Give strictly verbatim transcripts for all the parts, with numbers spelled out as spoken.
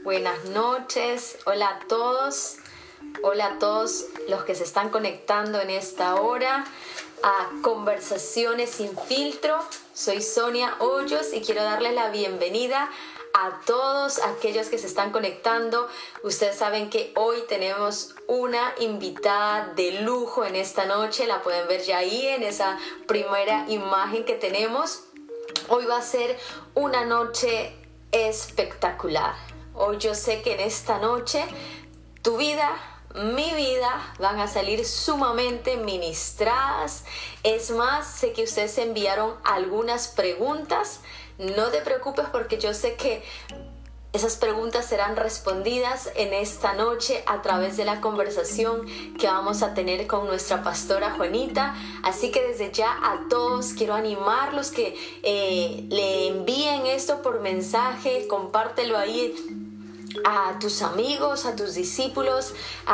buenas noches, hola a todos, hola a todos los que se están conectando en esta hora a Conversaciones sin Filtro. Soy Sonia Hoyos y quiero darles la bienvenida a todos aquellos que se están conectando. Ustedes saben que hoy tenemos una invitada de lujo en esta noche, la pueden ver ya ahí en esa primera imagen que tenemos. Hoy va a ser una noche espectacular. Hoy yo sé que en esta noche tu vida, mi vida van a salir sumamente ministradas. Es más, sé que ustedes enviaron algunas preguntas. No te preocupes porque yo sé que esas preguntas serán respondidas en esta noche a través de la conversación que vamos a tener con nuestra pastora Juanita. Así que desde ya a todos quiero animarlos que eh, le envíen esto por mensaje, compártelo ahí a tus amigos, a tus discípulos,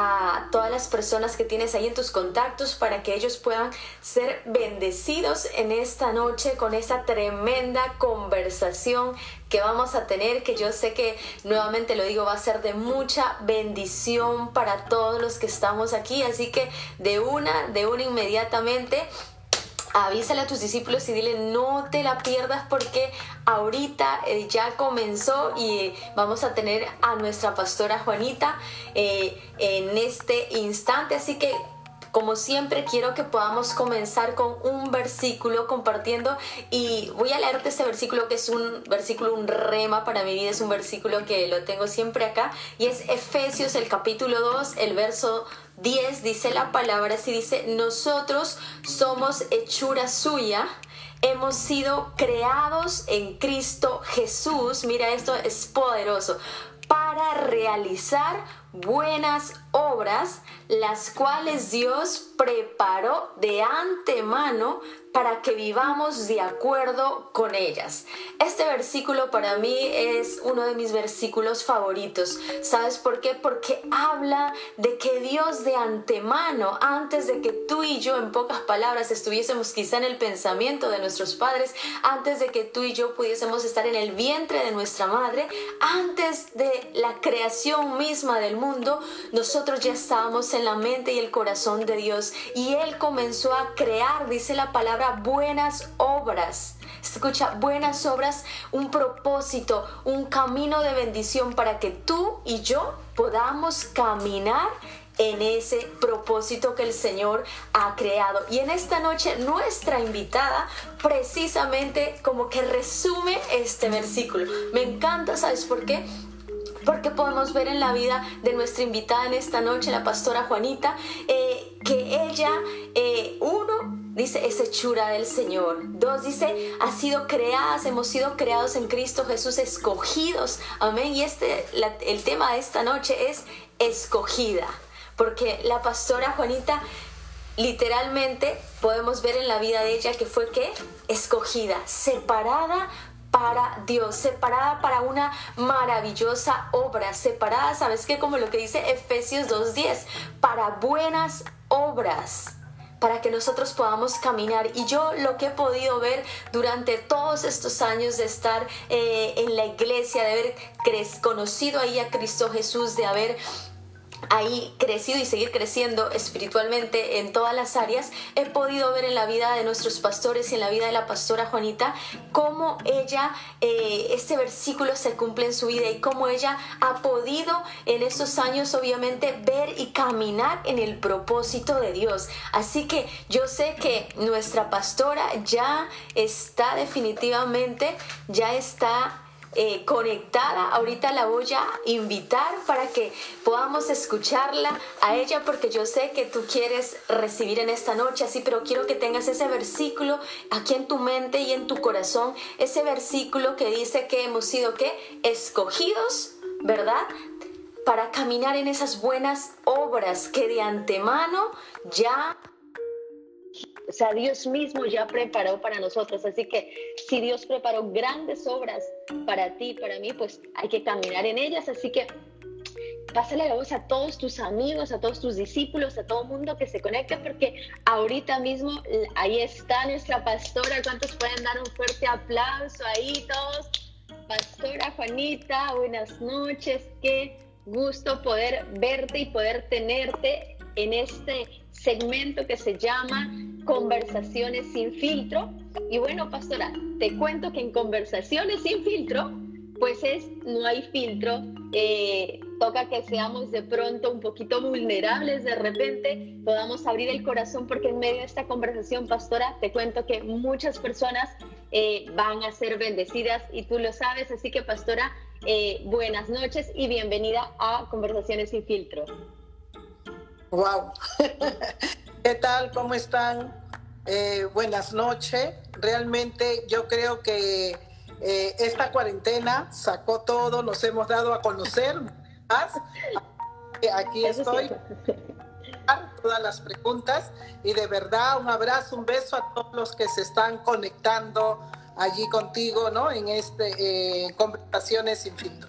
a todas las personas que tienes ahí en tus contactos para que ellos puedan ser bendecidos en esta noche con esta tremenda conversación que vamos a tener, que yo sé que, nuevamente lo digo, va a ser de mucha bendición para todos los que estamos aquí. Así que de una, de una inmediatamente avísale a tus discípulos y dile no te la pierdas porque ahorita eh, ya comenzó y eh, vamos a tener a nuestra pastora Juanita eh, en este instante. Así que como siempre quiero que podamos comenzar con un versículo compartiendo y voy a leerte este versículo que es un versículo, un rema para mi vida, es un versículo que lo tengo siempre acá y es Efesios el capítulo dos, el verso diez, dice la palabra así, dice: nosotros somos hechura suya, hemos sido creados en Cristo Jesús, mira esto es poderoso, para realizar buenas obras, las cuales Dios preparó de antemano para que vivamos de acuerdo con ellas. Este versículo para mí es uno de mis versículos favoritos. ¿Sabes por qué? Porque habla de que Dios de antemano, antes de que tú y yo, en pocas palabras, estuviésemos quizá en el pensamiento de nuestros padres, antes de que tú y yo pudiésemos estar en el vientre de nuestra madre, antes de la creación misma del mundo, nosotros ya estábamos en la mente y el corazón de Dios y Él comenzó a crear, dice la palabra, buenas obras. Escucha, buenas obras, un propósito, un camino de bendición para que tú y yo podamos caminar en ese propósito que el Señor ha creado. Y en esta noche nuestra invitada precisamente como que resume este versículo. Me encanta, ¿sabes por qué? Porque podemos ver en la vida de nuestra invitada en esta noche, la pastora Juanita, eh, que ella, eh, uno, dice, es hechura del Señor. Dos, dice, ha sido creadas, hemos sido creados en Cristo Jesús, escogidos. Amén. Y este, la, el tema de esta noche es escogida. Porque la pastora Juanita, literalmente, podemos ver en la vida de ella que fue, ¿qué? Escogida, separada para Dios, separada para una maravillosa obra, separada, ¿sabes qué? Como lo que dice Efesios dos diez, para buenas obras, para que nosotros podamos caminar. Y yo lo que he podido ver durante todos estos años de estar eh, en la iglesia, de haber conocido ahí a Cristo Jesús, de haber ahí crecido y seguir creciendo espiritualmente en todas las áreas, he podido ver en la vida de nuestros pastores y en la vida de la pastora Juanita cómo ella, eh, este versículo se cumple en su vida y cómo ella ha podido en estos años obviamente ver y caminar en el propósito de Dios. Así que yo sé que nuestra pastora ya está definitivamente, ya está Eh, conectada. Ahorita la voy a invitar para que podamos escucharla a ella, porque yo sé que tú quieres recibir en esta noche así, pero quiero que tengas ese versículo aquí en tu mente y en tu corazón, ese versículo que dice que hemos sido ¿qué? Escogidos, ¿verdad? Para caminar en esas buenas obras que de antemano ya, o sea, Dios mismo ya preparó para nosotros. Así que si Dios preparó grandes obras para ti, para mí, pues hay que caminar en ellas. Así que pásale la voz a todos tus amigos, a todos tus discípulos, a todo mundo que se conecte, porque ahorita mismo ahí está nuestra pastora. ¿Cuántos pueden dar un fuerte aplauso ahí todos Pastora Juanita, buenas noches. Qué gusto poder verte y poder tenerte en este segmento que se llama Conversaciones sin filtro. Y bueno, pastora, te cuento que en Conversaciones sin filtro, pues es, no hay filtro, eh, toca que seamos de pronto un poquito vulnerables, de repente podamos abrir el corazón, porque en medio de esta conversación, pastora, te cuento que muchas personas eh, van a ser bendecidas y tú lo sabes. Así que, pastora, eh, buenas noches y bienvenida a Conversaciones sin filtro. Wow. ¿Qué tal? ¿Cómo están? Eh, buenas noches. Realmente yo creo que eh, esta cuarentena sacó todo, nos hemos dado a conocer más. Aquí estoy, todas las preguntas, y de verdad un abrazo, un beso a todos los que se están conectando allí contigo, ¿no? En este eh, Conversaciones sin filtro.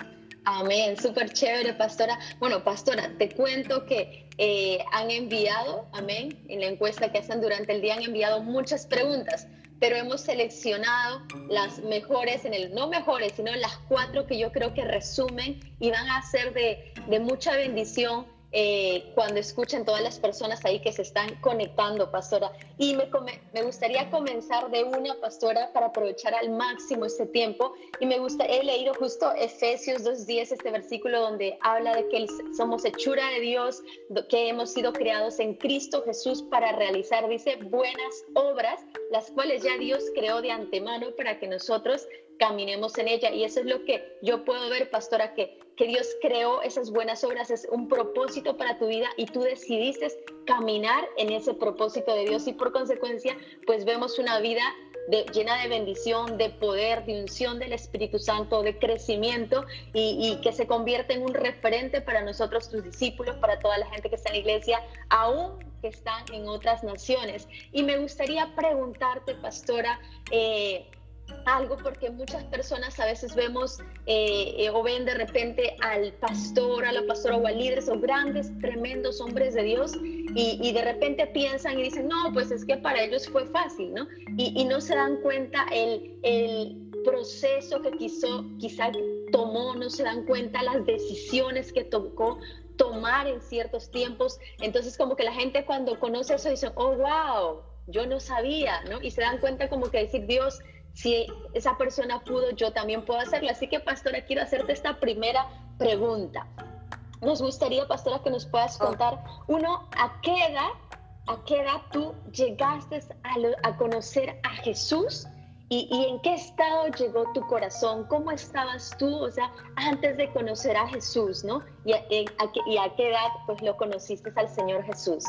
Amén, súper chévere, pastora. Bueno, pastora, te cuento que eh, han enviado, amén, en la encuesta que hacen durante el día han enviado muchas preguntas, pero hemos seleccionado las mejores, en el no mejores, sino las cuatro que yo creo que resumen y van a ser de, de mucha bendición eh, cuando escuchen todas las personas ahí que se están conectando, pastora. Y me, me gustaría comenzar de una, pastora, para aprovechar al máximo este tiempo. Y me gusta, he leído justo Efesios dos diez, este versículo donde habla de que somos hechura de Dios, que hemos sido creados en Cristo Jesús para realizar, dice, buenas obras, las cuales ya Dios creó de antemano para que nosotros caminemos en ella. Y eso es lo que yo puedo ver, pastora, que, que Dios creó esas buenas obras, es un propósito para tu vida y tú decidiste caminar en ese propósito de Dios, y por consecuencia pues vemos una vida de, llena de bendición, de poder, de unción del Espíritu Santo, de crecimiento, y, y que se convierte en un referente para nosotros, tus discípulos, para toda la gente que está en la iglesia, aún que están en otras naciones. Y me gustaría preguntarte, pastora, eh, algo, porque muchas personas a veces vemos eh, eh, o ven de repente al pastor, a la pastora o a líderes o grandes, tremendos hombres de Dios, y, y de repente piensan y dicen, no, pues es que para ellos fue fácil, ¿no? Y, y no se dan cuenta el, el proceso que quiso, quizá tomó, no se dan cuenta las decisiones que tocó tomar en ciertos tiempos. Entonces como que la gente cuando conoce eso dice, oh, wow, yo no sabía, ¿no? Y se dan cuenta como que decir, Dios, si esa persona pudo, yo también puedo hacerlo. Así que, pastora, quiero hacerte esta primera pregunta. Nos gustaría, pastora, que nos puedas contar, uno, ¿a qué edad, a qué edad tú llegaste a, lo, a conocer a Jesús? Y, ¿Y en qué estado llegó tu corazón? ¿Cómo estabas tú, o sea, antes de conocer a Jesús, ¿no? Y a, a, y a qué edad, pues, lo conociste al Señor Jesús.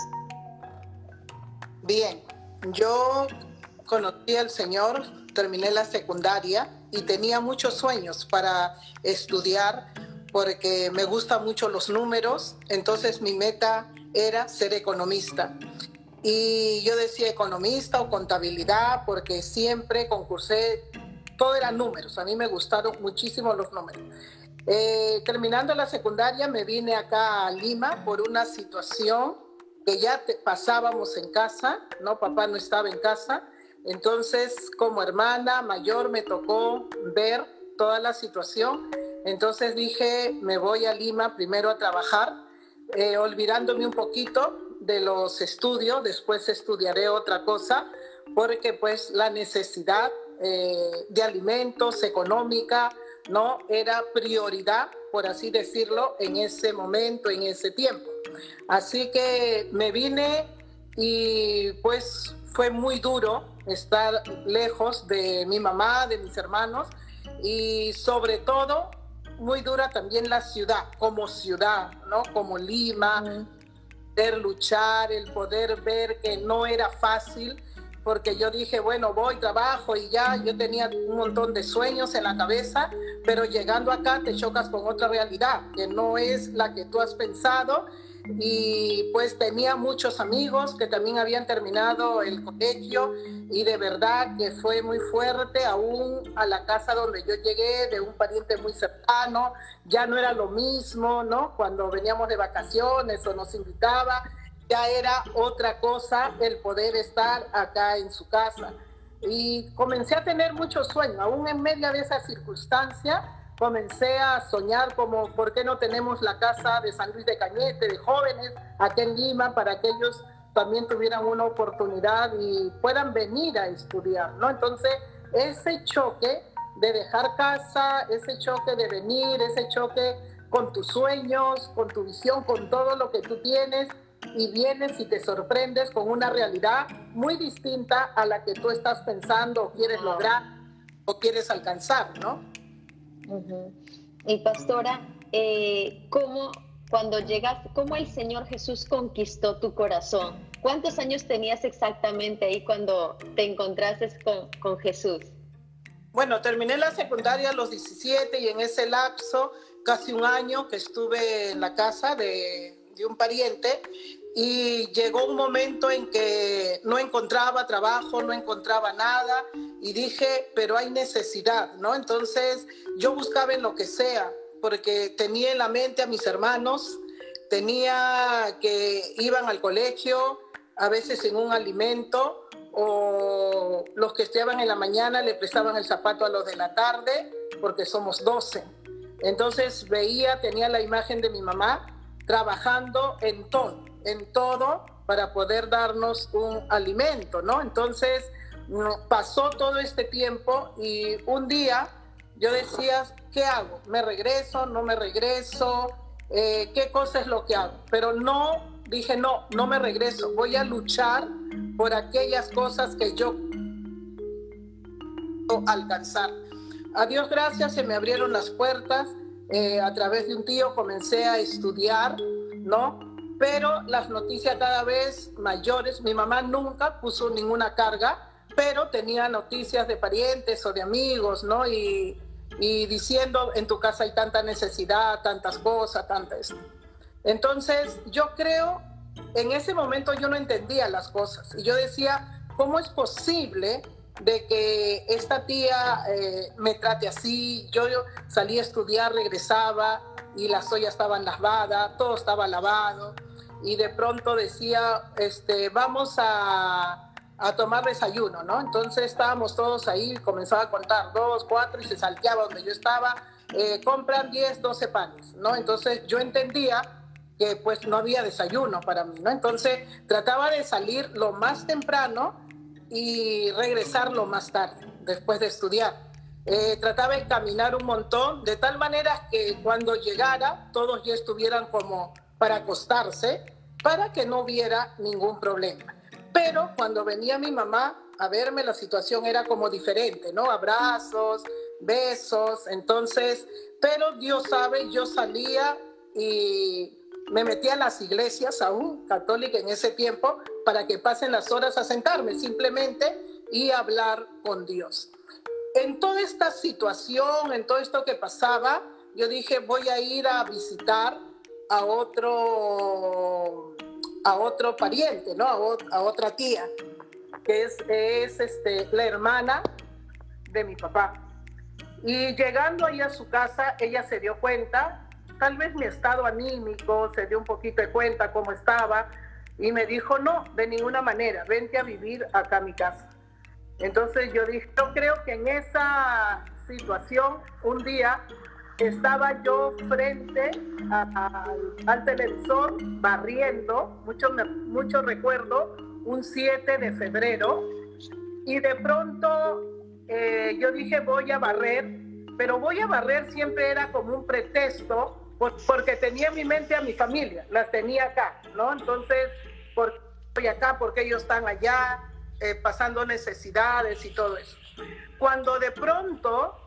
Bien, yo conocí al Señor, terminé la secundaria y tenía muchos sueños para estudiar porque me gustan mucho los números. Entonces mi meta era ser economista. Y yo decía economista o contabilidad porque siempre concursé, todo eran números, a mí me gustaron muchísimo los números. Eh, terminando la secundaria me vine acá a Lima por una situación que ya te, pasábamos en casa, ¿no? Papá no estaba en casa. Entonces, como hermana mayor me tocó ver toda la situación. Entonces dije, me voy a Lima primero a trabajar, eh, olvidándome un poquito de los estudios. Después estudiaré otra cosa, porque pues la necesidad eh, de alimentos, económica, ¿no? Era prioridad, por así decirlo, en ese momento, en ese tiempo. Así que me vine y pues fue muy duro estar lejos de mi mamá, de mis hermanos, y sobre todo muy dura también la ciudad, como ciudad, ¿no? Como Lima, uh-huh. Poder luchar, el poder ver que no era fácil, porque yo dije, bueno, voy, trabajo y ya, yo tenía un montón de sueños en la cabeza, pero llegando acá te chocas con otra realidad, que no es la que tú has pensado. Y pues tenía muchos amigos que también habían terminado el colegio, y de verdad que fue muy fuerte. Aún a la casa donde yo llegué de un pariente muy cercano, ya no era lo mismo, ¿no? Cuando veníamos de vacaciones o nos invitaba, ya era otra cosa el poder estar acá en su casa. y comencé a tener muchos sueños, aún en medio de esa circunstancia. Comencé a soñar como, ¿por qué no tenemos la casa de San Luis de Cañete, de jóvenes, aquí en Lima, para que ellos también tuvieran una oportunidad y puedan venir a estudiar, ¿no? Entonces, ese choque de dejar casa, ese choque de venir, ese choque con tus sueños, con tu visión, con todo lo que tú tienes, y vienes y te sorprendes con una realidad muy distinta a la que tú estás pensando o quieres lograr o quieres alcanzar, ¿no? Uh-huh. Y pastora, eh, ¿cómo cuando llegaste, cómo el Señor Jesús conquistó tu corazón? ¿Cuántos años tenías exactamente ahí cuando te encontraste con, con Jesús? Bueno, terminé la secundaria a los diecisiete y en ese lapso, casi un año que estuve en la casa de, de un pariente, y llegó un momento en que no encontraba trabajo, no encontraba nada, y dije, pero hay necesidad, ¿no? Entonces yo buscaba en lo que sea, porque tenía en la mente a mis hermanos, tenía que iban al colegio, a veces sin un alimento, o los que estudiaban en la mañana le prestaban el zapato a los de la tarde, porque somos doce. Entonces veía, tenía la imagen de mi mamá trabajando en todo, en todo para poder darnos un alimento, ¿no? Entonces pasó todo este tiempo y un día yo decía, ¿qué hago? ¿Me regreso? ¿No me regreso? Eh, ¿Qué cosa es lo que hago? Pero no, dije, no, no me regreso. Voy a luchar por aquellas cosas que yo quiero alcanzar. A Dios gracias, se me abrieron las puertas. Eh, a través de un tío comencé a estudiar, ¿no? Pero las noticias cada vez mayores. Mi mamá nunca puso ninguna carga, pero tenía noticias de parientes o de amigos, ¿no? Y, y diciendo, en tu casa hay tanta necesidad, tantas cosas, tantas. Entonces, yo creo, en ese momento yo no entendía las cosas. Y yo decía, ¿cómo es posible de que esta tía eh, me trate así? Yo, yo salí a estudiar, regresaba y las ollas estaban lavadas, todo estaba lavado. Y de pronto decía, este, vamos a, a tomar desayuno, ¿no? Entonces estábamos todos ahí, comenzaba a contar, dos, cuatro, y se salteaba donde yo estaba, eh, compran diez, doce panes, ¿no? Entonces yo entendía que pues no había desayuno para mí, ¿no? Entonces trataba de salir lo más temprano y regresar lo más tarde, después de estudiar. Eh, trataba de caminar un montón, de tal manera que cuando llegara, todos ya estuvieran como para acostarse, para que no hubiera ningún problema. Pero cuando venía mi mamá a verme, la situación era como diferente, ¿no? Abrazos, besos, entonces, pero Dios sabe, yo salía y me metía a las iglesias aún, católicas en ese tiempo, para que pasen las horas a sentarme simplemente y hablar con Dios. En toda esta situación, en todo esto que pasaba, yo dije, voy a ir a visitar a otro, a otro pariente, ¿no? A, o, a otra tía, que es, es este, la hermana de mi papá. Y llegando ahí a su casa, ella se dio cuenta, tal vez mi estado anímico, se dio un poquito de cuenta cómo estaba, y me dijo, no, de ninguna manera, vente a vivir acá a mi casa. Entonces yo dije, yo creo que en esa situación, un día, estaba yo frente a, a, al televisor barriendo, mucho, mucho recuerdo, un siete de febrero, y de pronto eh, yo dije voy a barrer, pero voy a barrer siempre era como un pretexto, por, porque tenía en mi mente a mi familia, las tenía acá, ¿no? Entonces, ¿por qué estoy acá? ¿Por qué ellos están allá eh, pasando necesidades y todo eso? Cuando de pronto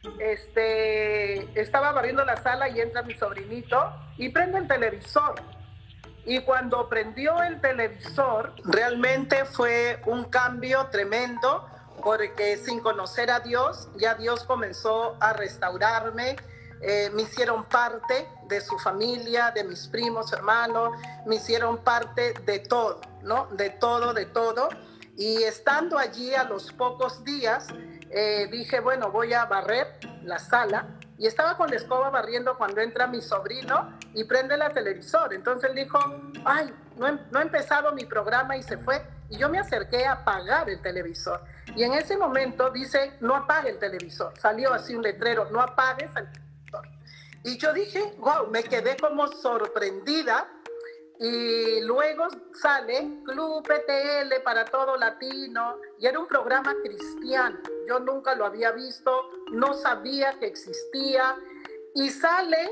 Este, estaba barriendo la sala y entra mi sobrinito y prende el televisor. Y cuando prendió el televisor, realmente fue un cambio tremendo, porque sin conocer a Dios, ya Dios comenzó a restaurarme. Eh, me hicieron parte de su familia, de mis primos, hermanos, me hicieron parte de todo, ¿no? De todo, de todo. Y estando allí a los pocos días, Eh, dije, bueno, voy a barrer la sala, y estaba con la escoba barriendo cuando entra mi sobrino y prende la televisor. Entonces él dijo, ay, no he, no he empezado mi programa, y se fue. Y yo me acerqué a apagar el televisor. Y en ese momento dice, no apague el televisor. Salió así un letrero, no apagues el televisor. Y yo dije, wow, me quedé como sorprendida. Y luego sale Club P T L para todo latino, y era un programa cristiano. Yo nunca lo había visto, no sabía que existía, y sale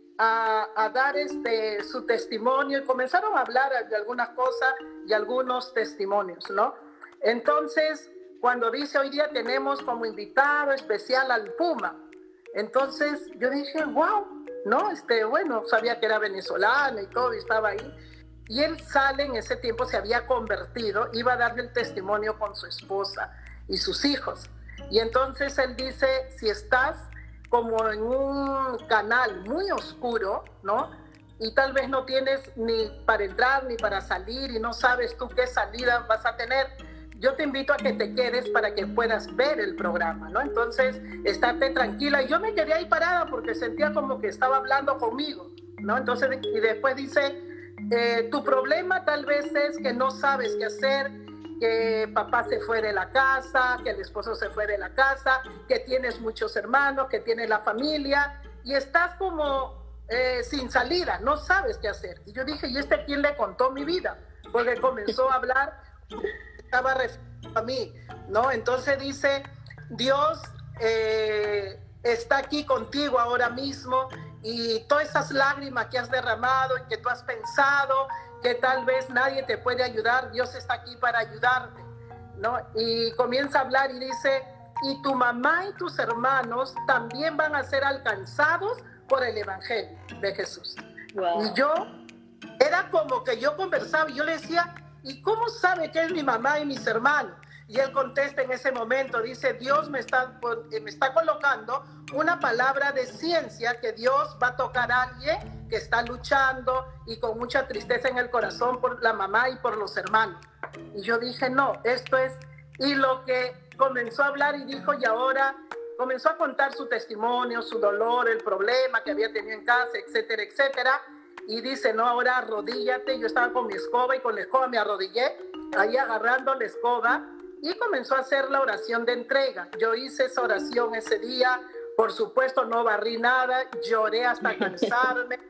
a, a dar este, su testimonio, y comenzaron a hablar de algunas cosas y algunos testimonios, ¿no? Entonces, cuando dice hoy día tenemos como invitado especial al Puma, entonces yo dije, wow, ¿no? Este, bueno, sabía que era venezolano y todo, y estaba ahí. Y él sale, en ese tiempo se había convertido, iba a darle el testimonio con su esposa y sus hijos. Y entonces él dice, si estás como en un canal muy oscuro, ¿no? Y tal vez no tienes ni para entrar ni para salir y no sabes tú qué salida vas a tener, yo te invito a que te quedes para que puedas ver el programa, ¿no? Entonces, estate tranquila. Y yo me quedé ahí parada porque sentía como que estaba hablando conmigo, ¿no? Entonces, y después dice, eh, tu problema tal vez es que no sabes qué hacer, que papá se fue de la casa, que el esposo se fue de la casa, que tienes muchos hermanos, que tienes la familia, y estás como eh, sin salida, no sabes qué hacer. Y yo dije, ¿y este quién le contó mi vida? Porque comenzó a hablar, estaba refiriendo a mí, ¿no? Entonces dice, Dios eh, está aquí contigo ahora mismo, y todas esas lágrimas que has derramado y que tú has pensado que tal vez nadie te puede ayudar, Dios está aquí para ayudarte, ¿no? Y comienza a hablar y dice, y tu mamá y tus hermanos también van a ser alcanzados por el Evangelio de Jesús. Wow. Y yo, era como que yo conversaba y yo le decía, ¿y cómo sabe que es mi mamá y mis hermanos? Y él contesta en ese momento, dice, Dios me está, me está colocando una palabra de ciencia, que Dios va a tocar a alguien que está luchando y con mucha tristeza en el corazón por la mamá y por los hermanos. Y yo dije, no, esto es... Y lo que comenzó a hablar y dijo, y ahora comenzó a contar su testimonio, su dolor, el problema que había tenido en casa, etcétera, etcétera. Y dice, no, ahora arrodíllate. Yo estaba con mi escoba y con la escoba me arrodillé, ahí agarrando la escoba, y comenzó a hacer la oración de entrega. Yo hice esa oración ese día, por supuesto no barrí nada, lloré hasta cansarme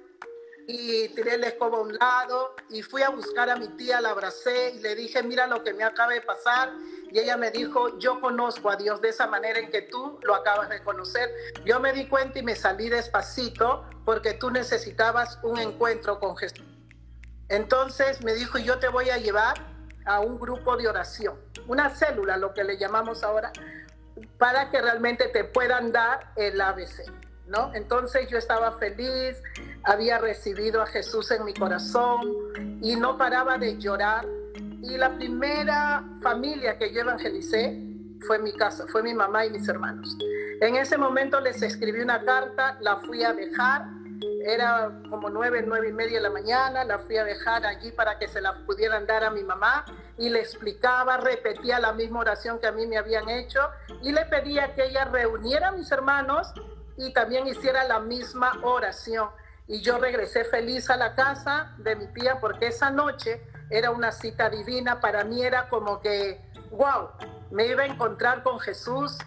y tiré la escoba a un lado y fui a buscar a mi tía, la abracé y le dije, mira lo que me acaba de pasar. Y ella me dijo, yo conozco a Dios de esa manera en que tú lo acabas de conocer. Yo me di cuenta y me salí despacito porque tú necesitabas un encuentro con Jesús. Entonces me dijo, yo te voy a llevar a un grupo de oración, una célula, lo que le llamamos ahora, para que realmente te puedan dar el A B C, ¿no? Entonces yo estaba feliz, había recibido a Jesús en mi corazón y no paraba de llorar. Y la primera familia que yo evangelicé fue mi casa, fue mi mamá y mis hermanos. En ese momento les escribí una carta, la fui a dejar, era como nueve, nueve y media de la mañana, la fui a dejar allí para que se la pudieran dar a mi mamá y le explicaba, repetía la misma oración que a mí me habían hecho y le pedía que ella reuniera a mis hermanos y también hiciera la misma oración. Y yo regresé feliz a la casa de mi tía porque esa noche era una cita divina. Para mí era como que, wow, me iba a encontrar con Jesús.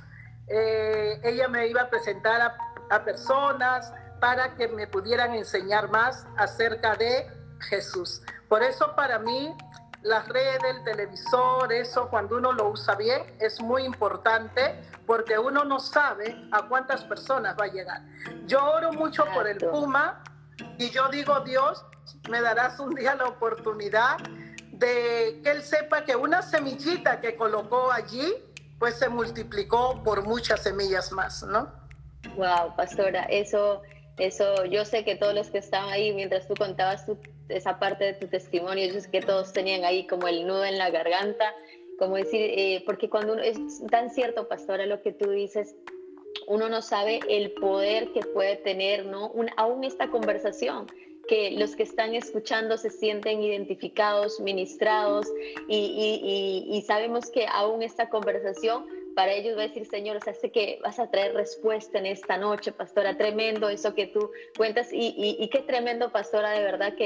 Eh, ella me iba a presentar a, a personas para que me pudieran enseñar más acerca de Jesús. Por eso para mí las redes, el televisor, eso cuando uno lo usa bien es muy importante porque uno no sabe a cuántas personas va a llegar. Yo oro mucho por el Puma y yo digo, Dios, me darás un día la oportunidad de que él sepa que una semillita que colocó allí pues se multiplicó por muchas semillas más, ¿no? Wow, pastora, eso... Eso, yo sé que todos los que estaban ahí, mientras tú contabas tu, esa parte de tu testimonio, yo sé que todos tenían ahí como el nudo en la garganta, como decir, eh, porque cuando uno, es tan cierto, pastora, lo que tú dices, uno no sabe el poder que puede tener, ¿no? Un, aún esta conversación, que los que están escuchando se sienten identificados, ministrados, y, y, y, y sabemos que aún esta conversación, para ellos va a decir, Señor, o sea, sé que vas a traer respuesta en esta noche, pastora, tremendo eso que tú cuentas, y, y, y qué tremendo, pastora, de verdad que,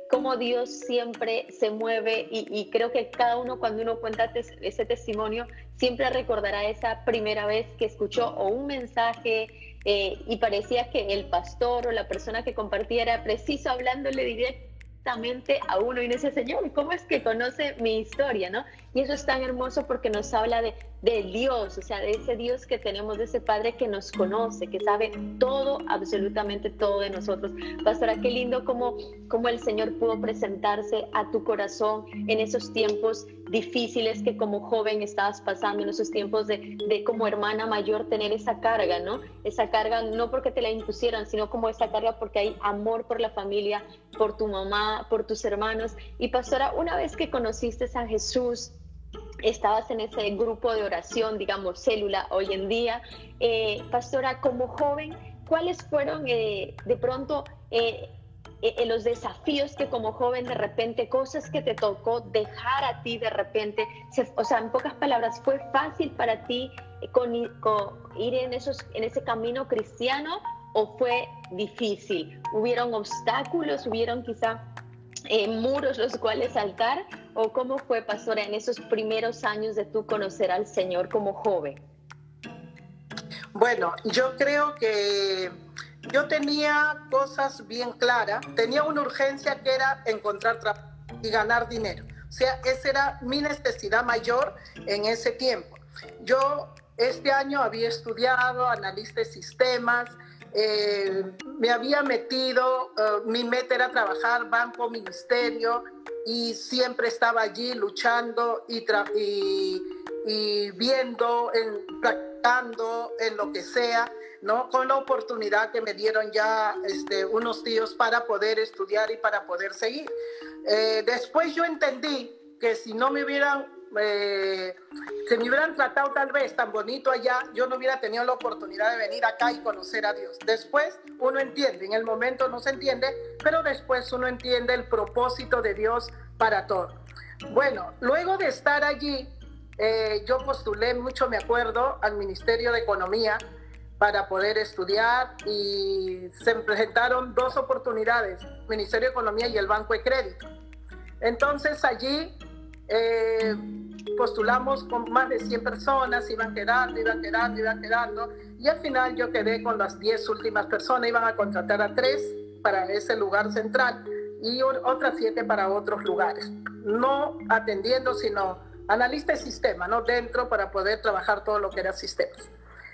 cómo Dios siempre se mueve y, y creo que cada uno cuando uno cuenta tes, ese testimonio siempre recordará esa primera vez que escuchó o un mensaje eh, y parecía que el pastor o la persona que compartía era preciso hablándole directamente a uno y dice, Señor, ¿cómo es que conoce mi historia, no? Y eso es tan hermoso porque nos habla de, de Dios, o sea, de ese Dios que tenemos, de ese Padre que nos conoce, que sabe todo, absolutamente todo de nosotros. Pastora, qué lindo cómo, cómo el Señor pudo presentarse a tu corazón en esos tiempos difíciles que como joven estabas pasando, en esos tiempos de, de como hermana mayor tener esa carga, ¿no? Esa carga no porque te la impusieran, sino como esa carga porque hay amor por la familia, por tu mamá, por tus hermanos. Y pastora, una vez que conociste a Jesús, estabas en ese grupo de oración, digamos, célula hoy en día. Eh, pastora, como joven, ¿cuáles fueron eh, de pronto eh, eh, los desafíos que como joven de repente, cosas que te tocó dejar a ti de repente? Se, o sea, en pocas palabras, ¿fue fácil para ti con, con ir en, esos, en ese camino cristiano o fue difícil? ¿Hubieron obstáculos? ¿Hubieron quizá eh, muros los cuales saltar? ¿O cómo fue, pastora, en esos primeros años de tú conocer al Señor como joven? Bueno, yo creo que yo tenía cosas bien claras. Tenía una urgencia que era encontrar trabajo y ganar dinero. O sea, esa era mi necesidad mayor en ese tiempo. Yo este año había estudiado analista de sistemas, eh, me había metido, uh, mi meta era trabajar banco, ministerio, y siempre estaba allí luchando y, y, y viendo, en, practicando en lo que sea, ¿no? Con la oportunidad que me dieron ya este, unos tíos para poder estudiar y para poder seguir. Eh, después yo entendí que si no me hubieran, eh, si me hubieran tratado tal vez tan bonito allá, yo no hubiera tenido la oportunidad de venir acá y conocer a Dios. Después uno entiende, en el momento no se entiende, pero después uno entiende el propósito de Dios para todo. Bueno, luego de estar allí, eh, yo postulé mucho, me acuerdo, al Ministerio de Economía para poder estudiar y se presentaron dos oportunidades, Ministerio de Economía y el Banco de Crédito. Entonces allí eh, postulamos con más de cien personas, iban quedando, iban quedando, iban quedando, y al final yo quedé con las diez últimas personas, iban a contratar a tres para ese lugar central y otras siete para otros lugares, no atendiendo, sino analista de sistema, ¿no? Dentro para poder trabajar todo lo que era sistemas.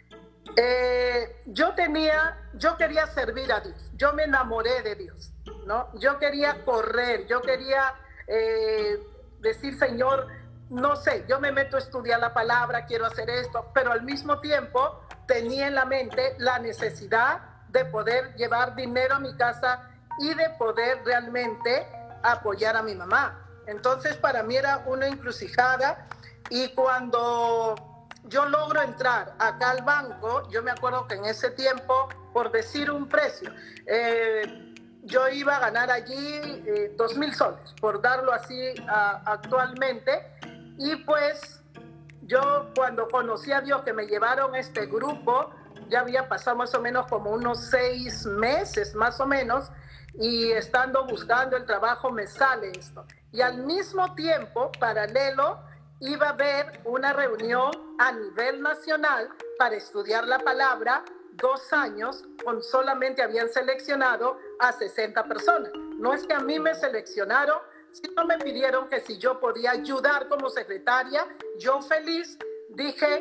Eh, yo tenía, yo quería servir a Dios, yo me enamoré de Dios, ¿no? Yo quería correr, yo quería eh, decir, Señor, no sé, yo me meto a estudiar la palabra, quiero hacer esto, pero al mismo tiempo tenía en la mente la necesidad de poder llevar dinero a mi casa y de poder realmente apoyar a mi mamá. Entonces para mí era una encrucijada, y cuando yo logro entrar acá al banco, yo me acuerdo que en ese tiempo, por decir un precio, eh, yo iba a ganar allí eh, dos mil soles, por darlo así a, actualmente. Y pues yo cuando conocí a Dios, que me llevaron a este grupo, ya había pasado más o menos como unos seis meses más o menos, y estando buscando el trabajo me sale esto. Y al mismo tiempo, paralelo, iba a haber una reunión a nivel nacional para estudiar la palabra, dos años, con solamente habían seleccionado a sesenta personas. No es que a mí me seleccionaron, sino me pidieron que si yo podía ayudar como secretaria, yo feliz dije,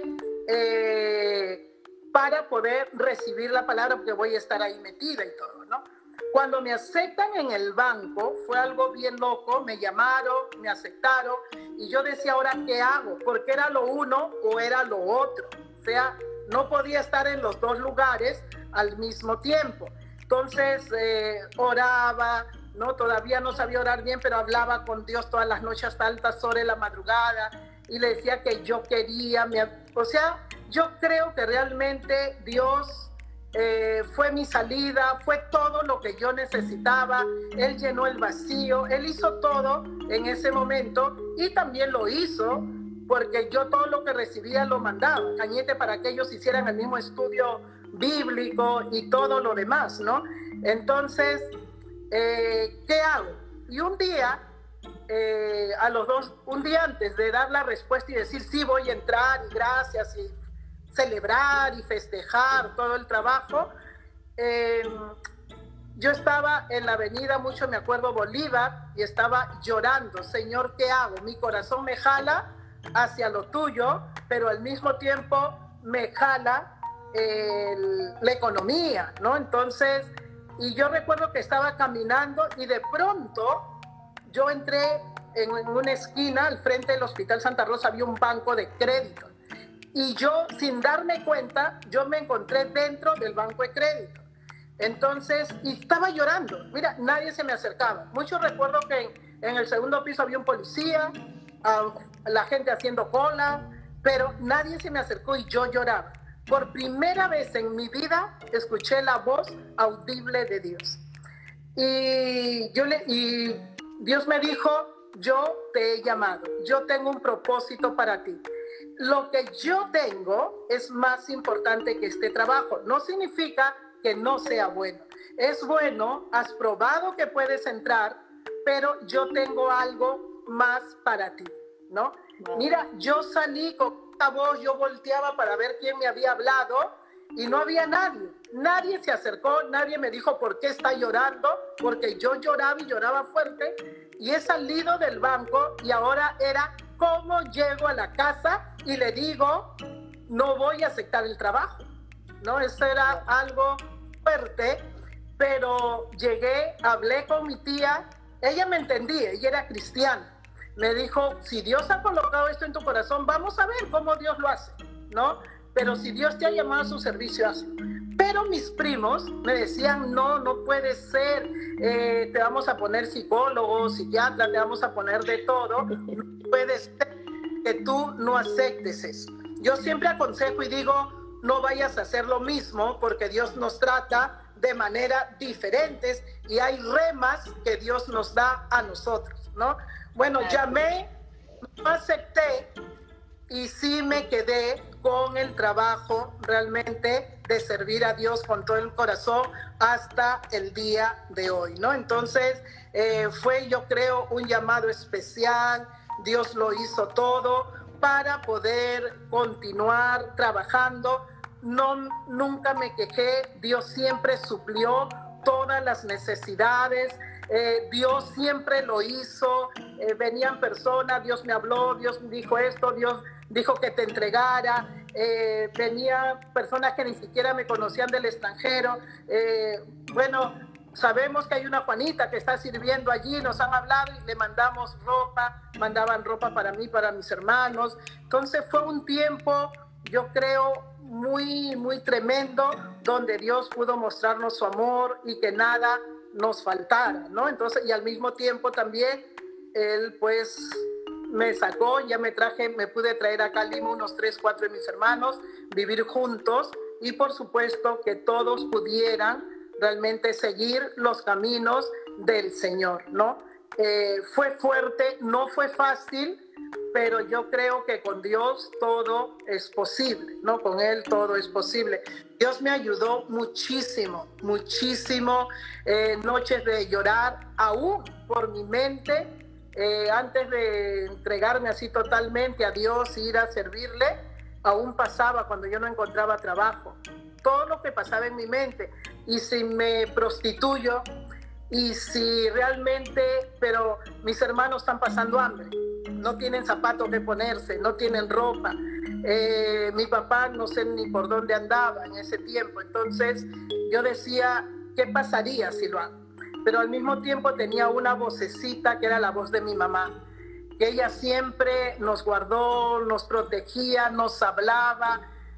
eh, para poder recibir la palabra, porque voy a estar ahí metida y todo, ¿no? Cuando me aceptan en el banco, fue algo bien loco, me llamaron, me aceptaron, y yo decía, ¿ahora qué hago? Porque era lo uno o era lo otro. O sea, no podía estar en los dos lugares al mismo tiempo. Entonces, eh, oraba, ¿no? Todavía no sabía orar bien, pero hablaba con Dios todas las noches hasta altas horas de la madrugada, y le decía que yo quería, me, o sea, yo creo que realmente Dios Eh, fue mi salida, fue todo lo que yo necesitaba. Él llenó el vacío, Él hizo todo en ese momento, y también lo hizo porque yo todo lo que recibía lo mandaba, Cañete, para que ellos hicieran el mismo estudio bíblico y todo lo demás, ¿no? Entonces, eh, ¿qué hago? Y un día, eh, a los dos, un día antes de dar la respuesta y decir sí voy a entrar y gracias y celebrar y festejar todo el trabajo, eh, yo estaba en la avenida, mucho me acuerdo, Bolívar, y estaba llorando. Señor, ¿qué hago? Mi corazón me jala hacia lo tuyo, pero al mismo tiempo me jala el, la economía, ¿no? Entonces, y yo recuerdo que estaba caminando y de pronto yo entré en, en una esquina, al frente del Hospital Santa Rosa había un banco de crédito. Y yo, sin darme cuenta, yo me encontré dentro del banco de crédito. Entonces, y estaba llorando. Mira, nadie se me acercaba. Mucho recuerdo que en, en el segundo piso había un policía, um, la gente haciendo cola, pero nadie se me acercó y yo lloraba. Por primera vez en mi vida escuché la voz audible de Dios. Y, yo le, y Dios me dijo, yo te he llamado, yo tengo un propósito para ti. Lo que yo tengo es más importante que este trabajo. No significa que no sea bueno. Es bueno, has probado que puedes entrar, pero yo tengo algo más para ti, ¿no? Wow. Mira, yo salí con esta voz, yo volteaba para ver quién me había hablado y no había nadie. Nadie se acercó, nadie me dijo por qué está llorando, porque yo lloraba y lloraba fuerte y he salido del banco y ahora era cómo llego a la casa y le digo, no voy a aceptar el trabajo, ¿no? Eso era algo fuerte, pero llegué, hablé con mi tía, ella me entendía, ella era cristiana, me dijo, si Dios ha colocado esto en tu corazón, vamos a ver cómo Dios lo hace, ¿no? Pero si Dios te ha llamado a su servicio, hazlo. Pero mis primos me decían, no, no puede ser, eh, te vamos a poner psicólogo, psiquiatra, te vamos a poner de todo, no puede ser que tú no aceptes eso. Yo siempre aconsejo y digo, no vayas a hacer lo mismo porque Dios nos trata de manera diferentes y hay remas que Dios nos da a nosotros, ¿no? Bueno, llamé, no acepté y sí me quedé con el trabajo realmente de servir a Dios con todo el corazón hasta el día de hoy, ¿no? Entonces eh, fue, yo creo, un llamado especial. Dios lo hizo todo para poder continuar trabajando. No, nunca me quejé, Dios siempre suplió todas las necesidades, eh, Dios siempre lo hizo, eh, venían personas, Dios me habló, Dios me dijo esto, Dios dijo que te entregara, eh, venían personas que ni siquiera me conocían del extranjero, eh, bueno, sabemos que hay una Juanita que está sirviendo allí, nos han hablado y le mandamos ropa, mandaban ropa para mí, para mis hermanos, entonces fue un tiempo, yo creo, muy, muy tremendo, donde Dios pudo mostrarnos su amor y que nada nos faltara, ¿no? Entonces, y al mismo tiempo también, Él pues me sacó, ya me traje, me pude traer acá a Lima unos tres, cuatro de mis hermanos, vivir juntos y por supuesto que todos pudieran realmente seguir los caminos del Señor, ¿no? Eh, fue fuerte, no fue fácil, pero yo creo que con Dios todo es posible, ¿no? Con Él todo es posible. Dios me ayudó muchísimo, muchísimo, eh, noches de llorar, aún por mi mente, eh, antes de entregarme así totalmente a Dios e ir a servirle, aún pasaba cuando yo no encontraba trabajo. Todo lo que pasaba en mi mente, y si me prostituyo, y si realmente, pero mis hermanos están pasando hambre, no tienen zapatos que ponerse, no tienen ropa, eh, mi papá no sé ni por dónde andaba en ese tiempo, entonces yo decía, ¿qué pasaría si lo hago? Pero al mismo tiempo tenía una vocecita que era la voz de mi mamá, que ella siempre nos guardó, nos protegía, nos hablaba,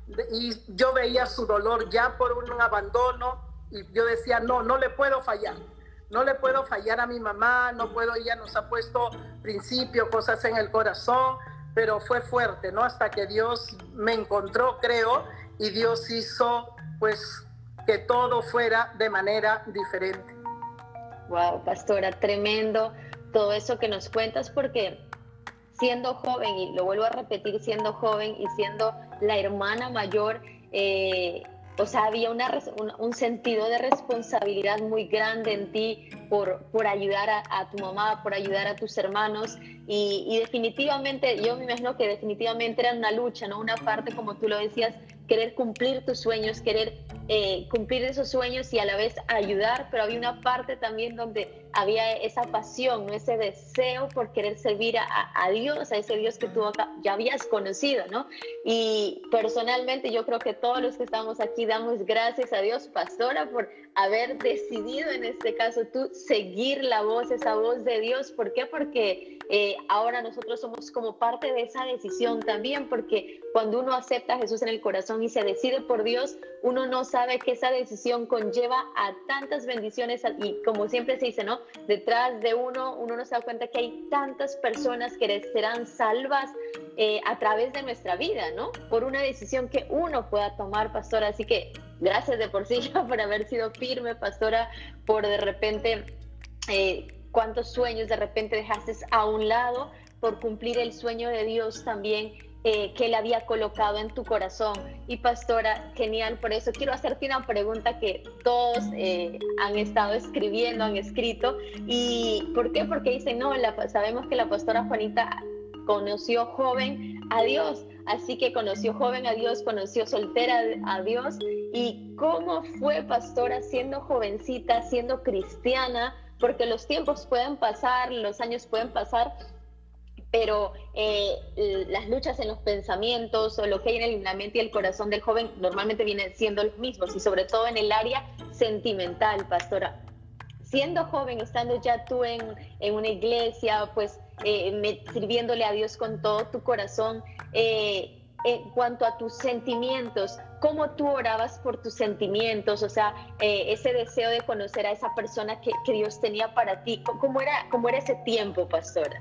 y yo veía su dolor ya por un abandono, y yo decía, no, no le puedo fallar. No le puedo fallar a mi mamá, no puedo, ella nos ha puesto principios, cosas en el corazón, pero fue fuerte, ¿no? Hasta que Dios me encontró, creo, y Dios hizo, pues, que todo fuera de manera diferente. Wow, pastora, tremendo todo eso que nos cuentas, porque siendo joven, y lo vuelvo a repetir, siendo joven y siendo la hermana mayor, eh, o sea, había una, un, un sentido de responsabilidad muy grande en ti por, por ayudar a, a tu mamá, por ayudar a tus hermanos, y, y definitivamente, yo me imagino que definitivamente era una lucha, ¿no? Una parte, como tú lo decías, querer cumplir tus sueños, querer eh, cumplir esos sueños y a la vez ayudar, pero había una parte también donde había esa pasión, ¿no? Ese deseo por querer servir a, a Dios, a ese Dios que tú ya habías conocido, ¿no? Y personalmente yo creo que todos los que estamos aquí damos gracias a Dios, pastora, por haber decidido en este caso tú seguir la voz, esa voz de Dios. ¿Por qué? Porque eh, ahora nosotros somos como parte de esa decisión también, porque cuando uno acepta a Jesús en el corazón y se decide por Dios, uno no sabe que esa decisión conlleva a tantas bendiciones, y como siempre se dice, ¿no? Detrás de uno, uno no se da cuenta que hay tantas personas que serán salvas eh, a través de nuestra vida, ¿no? Por una decisión que uno pueda tomar, pastora. Así que gracias de por sí ya por haber sido firme, pastora, por de repente eh, cuántos sueños de repente dejaste a un lado por cumplir el sueño de Dios también eh, que Él había colocado en tu corazón. Y pastora, genial, por eso quiero hacerte una pregunta que todos eh, han estado escribiendo, han escrito. ¿Y por qué? Porque dicen, no, la, sabemos que la pastora Juanita conoció joven a Dios, así que conoció joven a Dios, conoció soltera a Dios. ¿Y cómo fue, pastora, siendo jovencita, siendo cristiana? Porque los tiempos pueden pasar, los años pueden pasar, pero eh, las luchas en los pensamientos o lo que hay en la mente y el corazón del joven normalmente vienen siendo los mismos, y sobre todo en el área sentimental, pastora. Siendo joven, estando ya tú en, en una iglesia, pues eh, me, sirviéndole a Dios con todo tu corazón, eh, en cuanto a tus sentimientos, ¿cómo tú orabas por tus sentimientos? O sea, eh, ese deseo de conocer a esa persona que, que Dios tenía para ti, ¿cómo era, cómo era ese tiempo, pastora?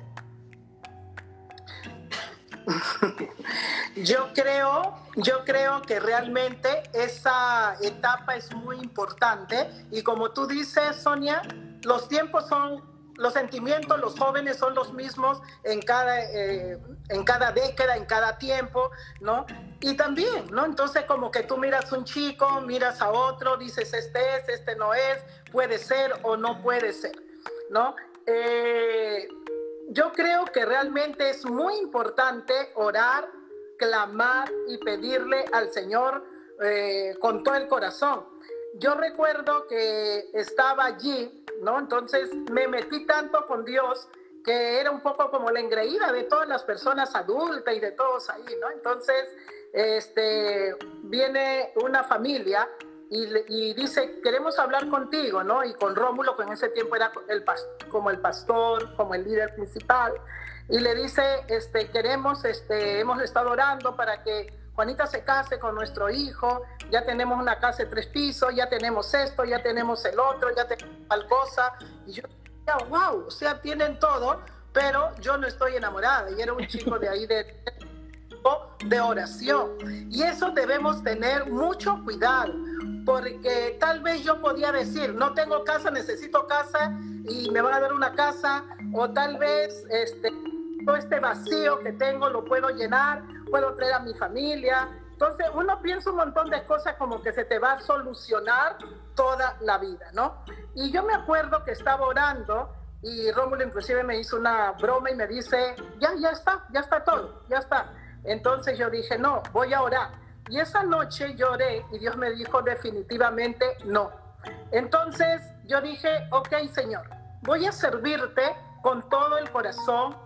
Yo creo, yo creo que realmente esa etapa es muy importante, y como tú dices, Sonia, los tiempos son, los sentimientos, los jóvenes son los mismos en cada, eh, en cada década, en cada tiempo, ¿no? Y también, ¿no? Entonces como que tú miras un chico, miras a otro, dices este es, este no es, puede ser o no puede ser, ¿no? Eh, yo creo que realmente es muy importante orar, clamar y pedirle al Señor eh, con todo el corazón. Yo recuerdo que estaba allí, ¿no? Entonces me metí tanto con Dios que era un poco como la engreída de todas las personas adultas y de todos ahí, ¿no? Entonces este, viene una familia y, y dice, queremos hablar contigo, ¿no? Y con Rómulo, que en ese tiempo era el, como el pastor, como el líder principal, y le dice, este, queremos, este, hemos estado orando para que Juanita se case con nuestro hijo, ya tenemos una casa de tres pisos, ya tenemos esto, ya tenemos el otro, ya tenemos tal cosa. Y yo decía, wow, o sea, tienen todo, pero yo no estoy enamorada. Y era un chico de ahí de, de oración. Y eso debemos tener mucho cuidado, porque tal vez yo podía decir, no tengo casa, necesito casa, y me van a dar una casa, o tal vez este, todo este vacío que tengo lo puedo llenar, puedo traer a mi familia. Entonces uno piensa un montón de cosas como que se te va a solucionar toda la vida, ¿no? Y yo me acuerdo que estaba orando y Rómulo inclusive me hizo una broma y me dice, ya, ya está, ya está todo, ya está. Entonces yo dije, no, voy a orar. Y esa noche lloré y Dios me dijo definitivamente no. Entonces yo dije, ok, Señor, voy a servirte con todo el corazón.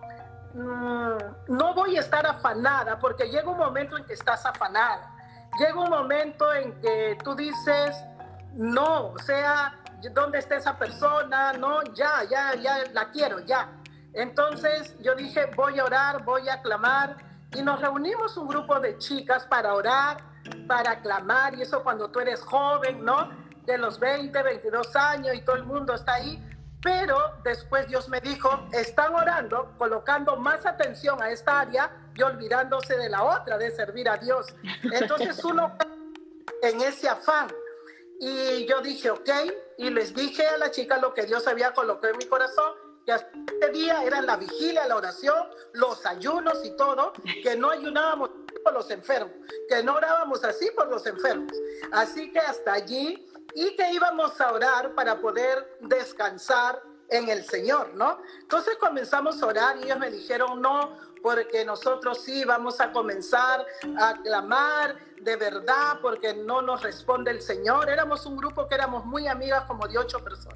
No voy a estar afanada, porque llega un momento en que estás afanada, llega un momento en que tú dices no, o sea, ¿dónde está esa persona? No, ya, ya, ya la quiero, ya. Entonces yo dije, voy a orar, voy a clamar, y nos reunimos un grupo de chicas para orar, para clamar, y eso cuando tú eres joven, ¿no? De los veinte, veintidós años y todo el mundo está ahí. Pero después Dios me dijo, están orando, colocando más atención a esta área y olvidándose de la otra, de servir a Dios. Entonces uno en ese afán. Y yo dije, ok, y les dije a la chica lo que Dios había colocado en mi corazón, que hasta este día eran la vigilia, la oración, los ayunos y todo, que no ayunábamos por los enfermos, que no orábamos así por los enfermos. Así que hasta allí, y que íbamos a orar para poder descansar en el Señor, ¿no? Entonces comenzamos a orar y ellos me dijeron no, porque nosotros sí vamos a comenzar a clamar de verdad, porque no nos responde el Señor. Éramos un grupo que éramos muy amigas, como de ocho personas.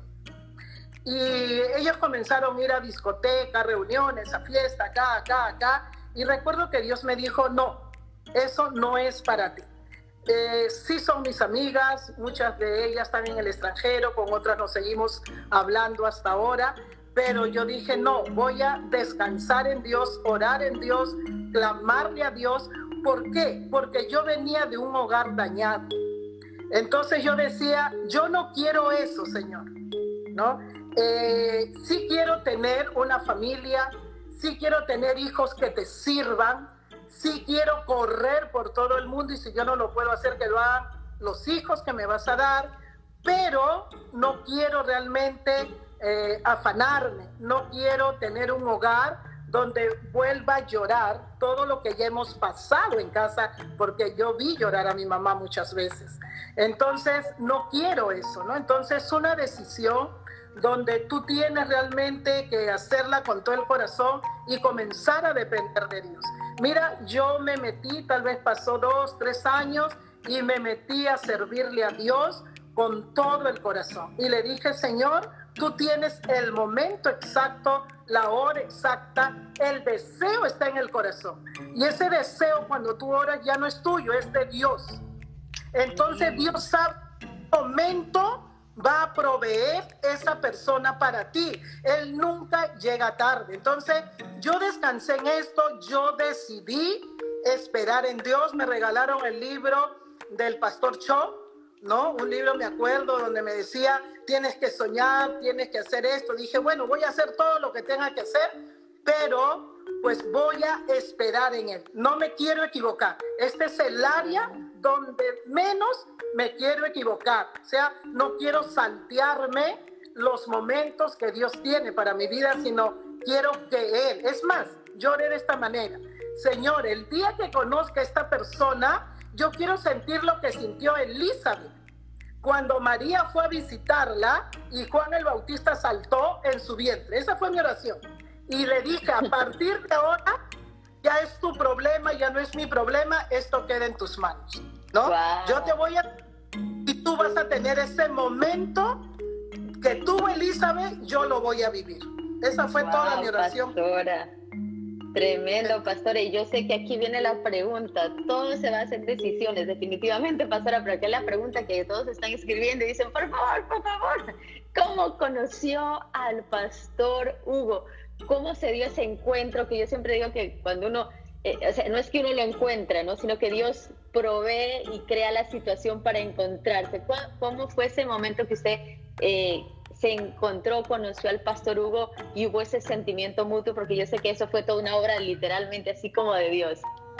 Y ellos comenzaron a ir a discotecas, reuniones, a fiesta, acá, acá, acá. Y recuerdo que Dios me dijo, no, eso no es para ti. Eh, sí son mis amigas, muchas de ellas están en el extranjero, con otras nos seguimos hablando hasta ahora, pero yo dije, no, voy a descansar en Dios, orar en Dios, clamarle a Dios. ¿Por qué? Porque yo venía de un hogar dañado. Entonces yo decía, yo no quiero eso, Señor, ¿no? Eh, sí quiero tener una familia, sí quiero tener hijos que te sirvan, sí quiero correr por todo el mundo, y si yo no lo puedo hacer, que lo hagan los hijos que me vas a dar, pero no quiero realmente eh, afanarme, no quiero tener un hogar donde vuelva a llorar todo lo que ya hemos pasado en casa, porque yo vi llorar a mi mamá muchas veces. Entonces, no quiero eso, ¿no? Entonces, una decisión donde tú tienes realmente que hacerla con todo el corazón y comenzar a depender de Dios. Mira, yo me metí, tal vez pasó dos, tres años, y me metí a servirle a Dios con todo el corazón. Y le dije, Señor, tú tienes el momento exacto, la hora exacta, el deseo está en el corazón. Y ese deseo, cuando tú oras, ya no es tuyo, es de Dios. Entonces Dios sabe el momento, va a proveer esa persona para ti. Él nunca llega tarde. Entonces yo descansé en esto, yo decidí esperar en Dios. Me regalaron el libro del Pastor Cho, ¿no? Un libro, me acuerdo, donde me decía, tienes que soñar, tienes que hacer esto. Dije, bueno, voy a hacer todo lo que tenga que hacer, pero pues voy a esperar en Él. No me quiero equivocar. Este es el área donde menos me quiero equivocar. O sea, no quiero saltearme los momentos que Dios tiene para mi vida, sino quiero que Él. Es más, yo oré de esta manera. Señor, el día que conozca a esta persona, yo quiero sentir lo que sintió Elizabeth cuando María fue a visitarla y Juan el Bautista saltó en su vientre. Esa fue mi oración. Y le dije, a partir de ahora, ya es tu problema, ya no es mi problema, esto queda en tus manos, ¿no? Wow. Yo te voy a... Y tú vas a tener ese momento que tuvo Elizabeth, yo lo voy a vivir. Esa fue wow, toda mi oración. Pastora. Tremendo, pastora. Y yo sé que aquí viene la pregunta. Todo se va a hacer decisiones, definitivamente, pastora. Pero aquí es la pregunta que todos están escribiendo y dicen, por favor, por favor, ¿cómo conoció al pastor Hugo? ¿Cómo se dio ese encuentro? Que yo siempre digo que cuando uno, eh, o sea, no es que uno lo encuentra, ¿no? Sino que Dios provee y crea la situación para encontrarse. ¿Cómo fue ese momento que usted eh, se encontró, conoció al pastor Hugo y hubo ese sentimiento mutuo? Porque yo sé que eso fue toda una obra literalmente así como de Dios.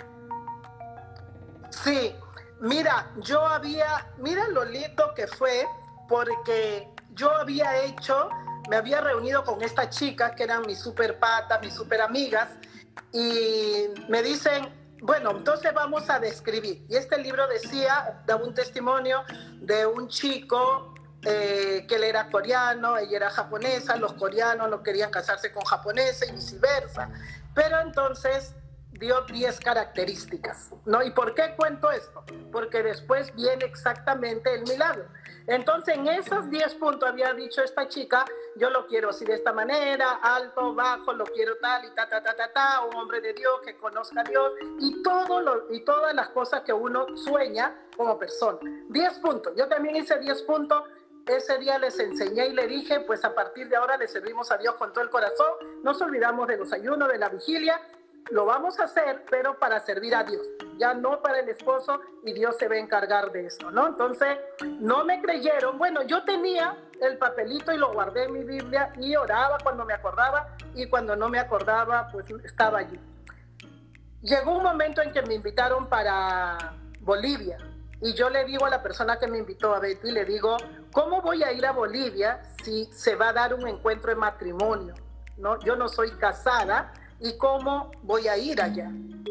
Sí, mira, yo había, mira lo lindo que fue, porque yo había hecho, me había reunido con estas chicas que eran mis super patas, mis super amigas, y me dicen, bueno, entonces vamos a describir. Y este libro decía, daba un testimonio de un chico eh, que él era coreano, ella era japonesa, los coreanos no querían casarse con japoneses y viceversa. Pero entonces dio diez características, ¿no? ¿Y por qué cuento esto? Porque después viene exactamente el milagro. Entonces, en esos diez puntos había dicho esta chica, yo lo quiero así de esta manera, alto, bajo, lo quiero tal y ta, ta, ta, ta, ta, un hombre de Dios que conozca a Dios y, todo lo, y todas las cosas que uno sueña como persona. diez puntos. Yo también hice diez puntos. Ese día les enseñé y le dije, pues a partir de ahora le servimos a Dios con todo el corazón. No nos olvidamos de los ayunos, de la vigilia. Lo vamos a hacer, pero para servir a Dios, ya no para el esposo, y Dios se va a encargar de esto, ¿no? Entonces, no me creyeron. Bueno, yo tenía el papelito y lo guardé en mi Biblia y oraba cuando me acordaba, y cuando no me acordaba, pues estaba allí. Llegó un momento en que me invitaron para Bolivia, y yo le digo a la persona que me invitó, a Betty, le digo, ¿cómo voy a ir a Bolivia si se va a dar un encuentro de matrimonio? ¿No? Yo no soy casada, ¿y cómo voy a ir allá?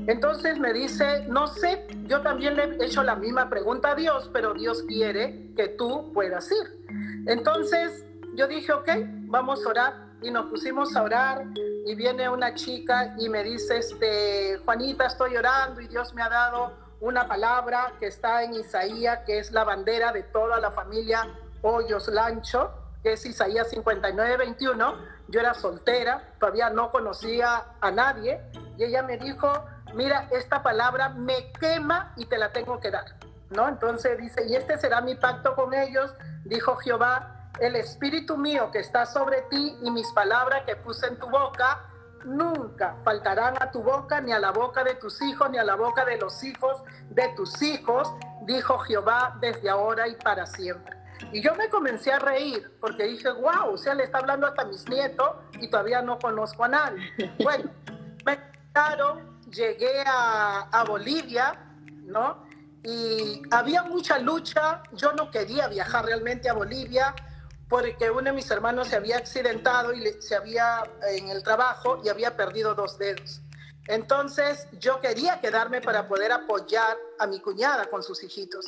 Entonces me dice, no sé, yo también le he hecho la misma pregunta a Dios, pero Dios quiere que tú puedas ir. Entonces yo dije, ok, vamos a orar. Y nos pusimos a orar y viene una chica y me dice, este, Juanita, estoy orando y Dios me ha dado una palabra que está en Isaías, que es la bandera de toda la familia Hoyos Lancho, que es Isaías cincuenta y nueve, veintiuno. Yo era soltera, todavía no conocía a nadie, y ella me dijo, mira, esta palabra me quema y te la tengo que dar, ¿no? Entonces dice, y este será mi pacto con ellos, dijo Jehová, el espíritu mío que está sobre ti y mis palabras que puse en tu boca nunca faltarán a tu boca, ni a la boca de tus hijos, ni a la boca de los hijos de tus hijos, dijo Jehová, desde ahora y para siempre. Y yo me comencé a reír porque dije, wow, o sea, le está hablando hasta a mis nietos y todavía no conozco a nadie. Bueno, me quedaron, llegué a, a Bolivia, ¿no? Y había mucha lucha. Yo no quería viajar realmente a Bolivia porque uno de mis hermanos se había accidentado y le, se había en el trabajo y había perdido dos dedos. Entonces yo quería quedarme para poder apoyar a mi cuñada con sus hijitos.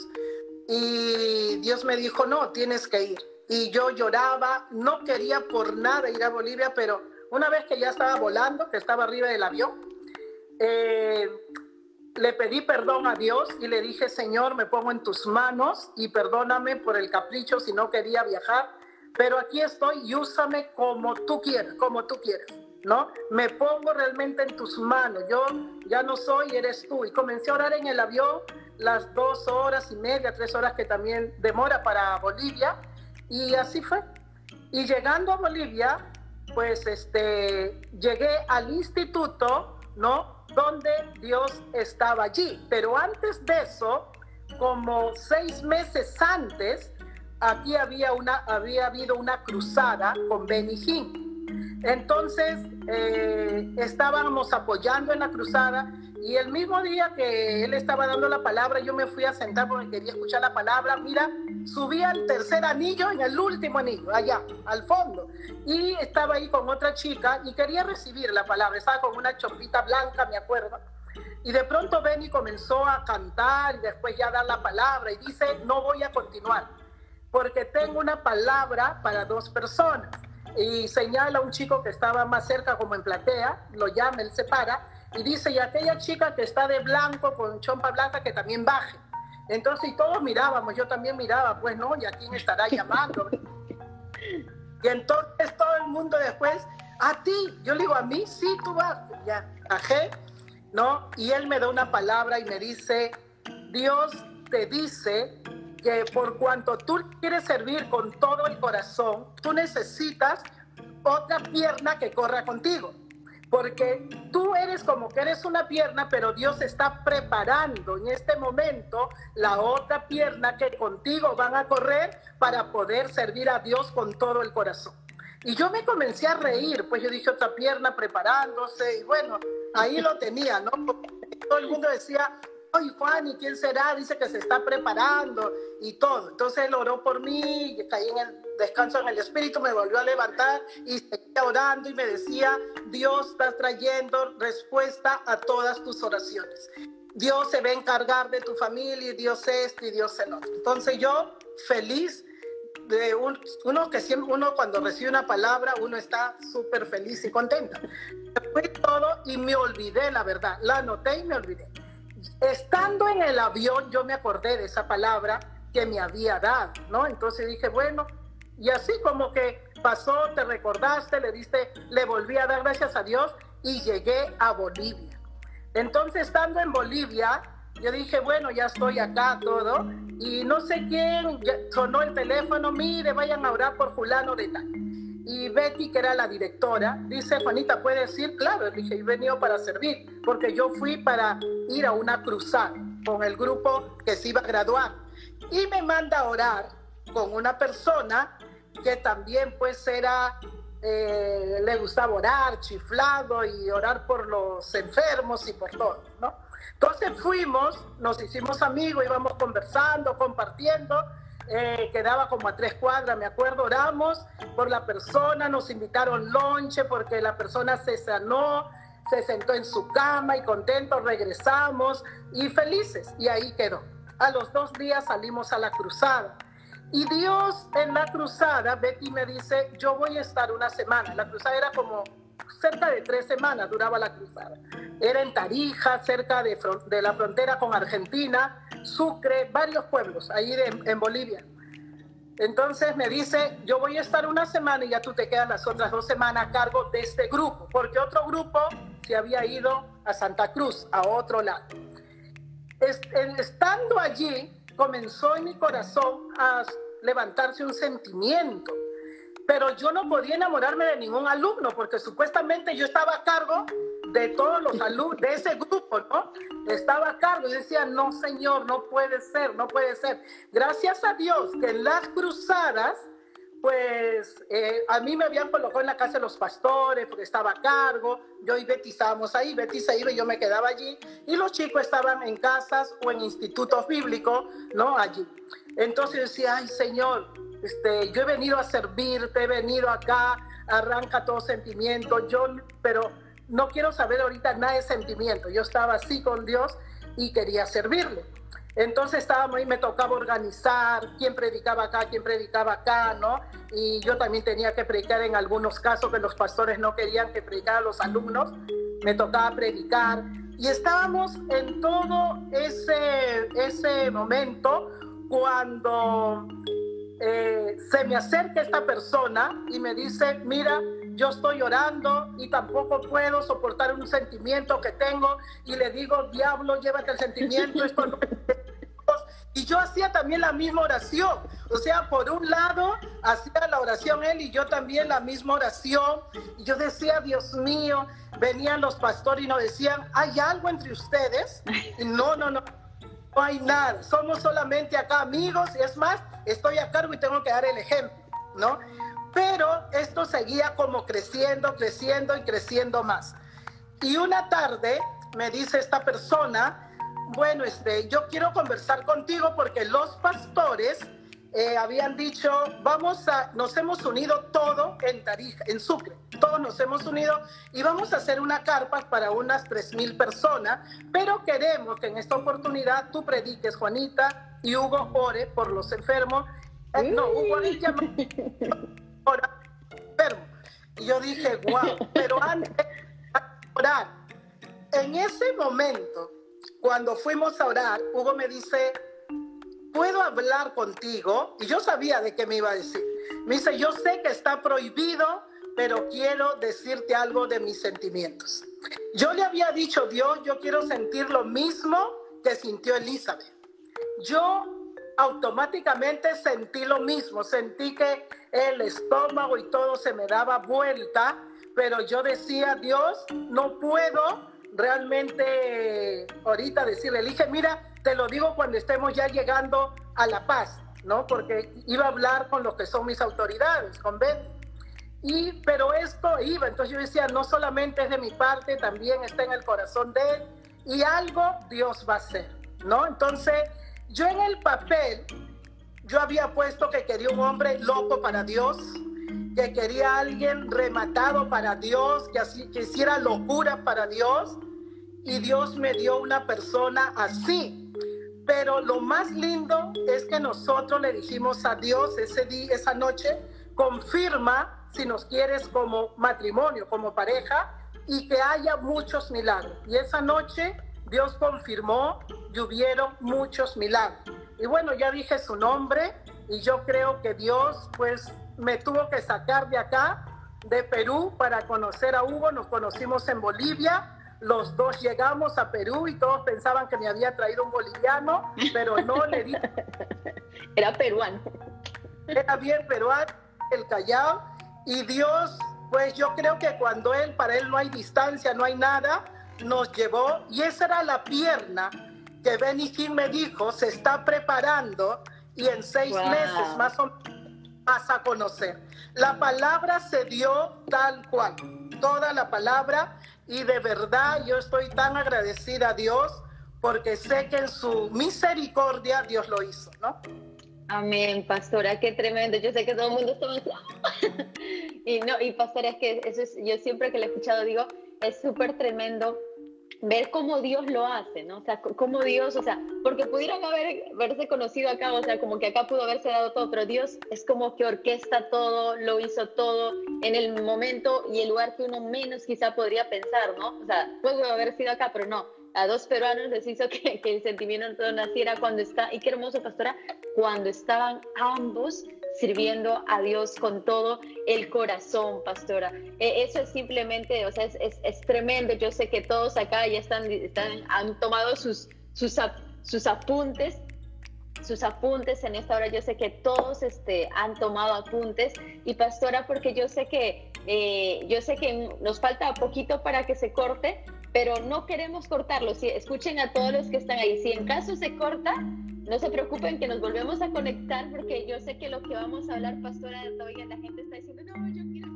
Y Dios me dijo, no, tienes que ir. Y yo lloraba, no quería por nada ir a Bolivia, pero una vez que ya estaba volando, que estaba arriba del avión, eh, le pedí perdón a Dios y le dije, Señor, me pongo en tus manos y perdóname por el capricho si no quería viajar, pero aquí estoy y úsame como tú quieras, como tú quieras, ¿no? Me pongo realmente en tus manos, yo ya no soy, eres tú. Y comencé a orar en el avión las dos horas y media, tres horas que también demora para Bolivia, y así fue. Y llegando a Bolivia, pues este, llegué al instituto, ¿no? Donde Dios estaba allí. Pero antes de eso, como seis meses antes, aquí había, una, había habido una cruzada con Benny Hinn. Entonces, eh, estábamos apoyando en la cruzada y el mismo día que él estaba dando la palabra, yo me fui a sentar porque quería escuchar la palabra. Mira, subí al tercer anillo, en el último anillo, allá, al fondo. Y estaba ahí con otra chica y quería recibir la palabra. Estaba con una chompita blanca, me acuerdo. Y de pronto Benny comenzó a cantar y después ya a dar la palabra y dice, no voy a continuar porque tengo una palabra para dos personas. Y señala a un chico que estaba más cerca, como en platea, lo llama, él se para y dice, y aquella chica que está de blanco con chompa blanca que también baje. Entonces y todos mirábamos, yo también miraba, pues no, ¿y a quién estará llamando? Y entonces todo el mundo después, a ti, yo le digo, a mí, sí, tú vas, ya, bajé, ¿no? Y él me da una palabra y me dice, Dios te dice que por cuanto tú quieres servir con todo el corazón, tú necesitas otra pierna que corra contigo. Porque tú eres como que eres una pierna, pero Dios está preparando en este momento la otra pierna que contigo van a correr para poder servir a Dios con todo el corazón. Y yo me comencé a reír, pues yo dije otra pierna preparándose y bueno, ahí lo tenía, ¿no? Porque todo el mundo decía, ay Juan, ¿y quién será? Dice que se está preparando y todo. Entonces él oró por mí, caí en el descanso en el espíritu, me volvió a levantar y seguía orando y me decía, Dios está trayendo respuesta a todas tus oraciones. Dios se va a encargar de tu familia, y Dios esto y Dios el otro. Entonces yo feliz, de un, uno que siempre, uno cuando recibe una palabra, uno está súper feliz y contenta. Fui todo y me olvidé, la verdad, la anoté y me olvidé. Estando en el avión yo me acordé de esa palabra que me había dado, ¿no? Entonces dije, bueno, y así como que pasó, te recordaste, le diste, le volví a dar gracias a Dios y llegué a Bolivia. Entonces estando en Bolivia, yo dije, bueno, ya estoy acá todo, y no sé quién, sonó el teléfono, mire, vayan a orar por fulano de tal. Y Betty, que era la directora, dice, Juanita, ¿puedes ir? Claro, le dije, he venido para servir, porque yo fui para ir a una cruzada con el grupo que se iba a graduar. Y me manda a orar con una persona que también pues era, eh, le gustaba orar, chiflado y orar por los enfermos y por todo, ¿no? Entonces fuimos, nos hicimos amigos, íbamos conversando, compartiendo. Eh, quedaba como a tres cuadras, me acuerdo, oramos por la persona, nos invitaron lonche porque la persona se sanó, se sentó en su cama y contento regresamos y felices. Y ahí quedó. A los dos días salimos a la cruzada. Y Dios en la cruzada, Betty me dice, yo voy a estar una semana. La cruzada era como cerca de tres semanas, duraba la cruzada. Era en Tarija, cerca de, de la frontera con Argentina, Sucre, varios pueblos, ahí de, en Bolivia. Entonces me dice, yo voy a estar una semana y ya tú te quedas las otras dos semanas a cargo de este grupo, porque otro grupo se había ido a Santa Cruz, a otro lado. Estando allí, comenzó en mi corazón a levantarse un sentimiento, pero yo no podía enamorarme de ningún alumno, porque supuestamente yo estaba a cargo de todos los alumnos, de ese grupo, ¿no? Estaba a cargo y decía, no, Señor, no puede ser, no puede ser. Gracias a Dios que en las cruzadas, pues eh, a mí me habían colocado en la casa de los pastores porque estaba a cargo. Yo y Betty estábamos ahí, Betty se iba y yo me quedaba allí. Y los chicos estaban en casas o en institutos bíblicos, ¿no? Allí. Entonces decía, ay, Señor, este, yo he venido a servirte, he venido acá, arranca todo sentimiento, yo, pero no quiero saber ahorita nada de sentimiento. Yo estaba así con Dios y quería servirle. Entonces estábamos ahí, me tocaba organizar quién predicaba acá, quién predicaba acá, ¿no? Y yo también tenía que predicar en algunos casos que los pastores no querían que predicara a los alumnos. Me tocaba predicar. Y estábamos en todo ese, ese momento cuando eh, se me acerca esta persona y me dice, mira, yo estoy orando y tampoco puedo soportar un sentimiento que tengo. Y le digo, diablo, llévate el sentimiento, esto no es... Y yo hacía también la misma oración. O sea, por un lado, hacía la oración él y yo también la misma oración. Y yo decía, Dios mío, venían los pastores y nos decían, ¿hay algo entre ustedes? Y no, no, no, no hay nada. Somos solamente acá amigos. Y es más, estoy a cargo y tengo que dar el ejemplo, ¿no? Pero esto seguía como creciendo, creciendo y creciendo más. Y una tarde me dice esta persona, bueno, este, yo quiero conversar contigo porque los pastores eh, habían dicho, vamos a, nos hemos unido todo en Tarija, en Sucre, todos nos hemos unido y vamos a hacer una carpa para unas tres mil personas, pero queremos que en esta oportunidad tú prediques, Juanita, y Hugo ore por los enfermos. Eh, no, Hugo llama orar enfermo. Y yo dije, wow, pero antes de orar, en ese momento, cuando fuimos a orar, Hugo me dice, ¿puedo hablar contigo? Y yo sabía de qué me iba a decir. Me dice, yo sé que está prohibido, pero quiero decirte algo de mis sentimientos. Yo le había dicho, Dios, yo quiero sentir lo mismo que sintió Elizabeth. Yo automáticamente sentí lo mismo, sentí que el estómago y todo se me daba vuelta, pero yo decía, Dios, no puedo realmente ahorita decirle, le dije, mira, te lo digo cuando estemos ya llegando a La Paz, ¿no? Porque iba a hablar con los que son mis autoridades, con Betty. Y, pero esto iba, entonces yo decía, no solamente es de mi parte, también está en el corazón de él, y algo Dios va a hacer, ¿no? Entonces, yo en el papel, yo había puesto que quería un hombre loco para Dios, que quería a alguien rematado para Dios, que, así, que hiciera locura para Dios, y Dios me dio una persona así. Pero lo más lindo es que nosotros le dijimos a Dios ese día, esa noche, confirma si nos quieres como matrimonio, como pareja, y que haya muchos milagros. Y esa noche Dios confirmó y hubieron muchos milagros. Y bueno, ya dije su nombre y yo creo que Dios pues me tuvo que sacar de acá, de Perú, para conocer a Hugo. Nos conocimos en Bolivia. Los dos llegamos a Perú y todos pensaban que me había traído un boliviano, pero no le di. Era peruano. Era bien peruano, el Callao. Y Dios, pues yo creo que cuando Él, para Él no hay distancia, no hay nada, nos llevó. Y esa era la pierna que Benny Hinn me dijo, se está preparando y en seis wow. meses más o menos vas a conocer. La palabra se dio tal cual, toda la palabra. Y de verdad yo estoy tan agradecida a Dios porque sé que en su misericordia Dios lo hizo, ¿no? Amén, pastora, qué tremendo. Yo sé que todo el mundo está y no, y pastora, es que eso es, yo siempre que lo he escuchado digo, es súper tremendo ver cómo Dios lo hace, ¿no? O sea, cómo Dios, o sea, porque pudieron haber, haberse conocido acá, o sea, como que acá pudo haberse dado todo, pero Dios es como que orquesta todo, lo hizo todo en el momento y el lugar que uno menos quizá podría pensar, ¿no? O sea, pudo haber sido acá, pero no. A dos peruanos les hizo que, que el sentimiento naciera cuando está, y qué hermoso, pastora, cuando estaban ambos sirviendo a Dios con todo el corazón, pastora. Eh, eso es simplemente, o sea, es, es, es tremendo. Yo sé que todos acá ya están, están han tomado sus, sus, sus apuntes, sus apuntes en esta hora. Yo sé que todos este, han tomado apuntes. Y pastora, porque yo sé que, eh, yo sé que nos falta poquito para que se corte, pero no queremos cortarlo. Si, escuchen a todos los que están ahí. Si en caso se corta, no se preocupen que nos volvemos a conectar, porque yo sé que lo que vamos a hablar, pastora, todavía la gente está diciendo, no, yo quiero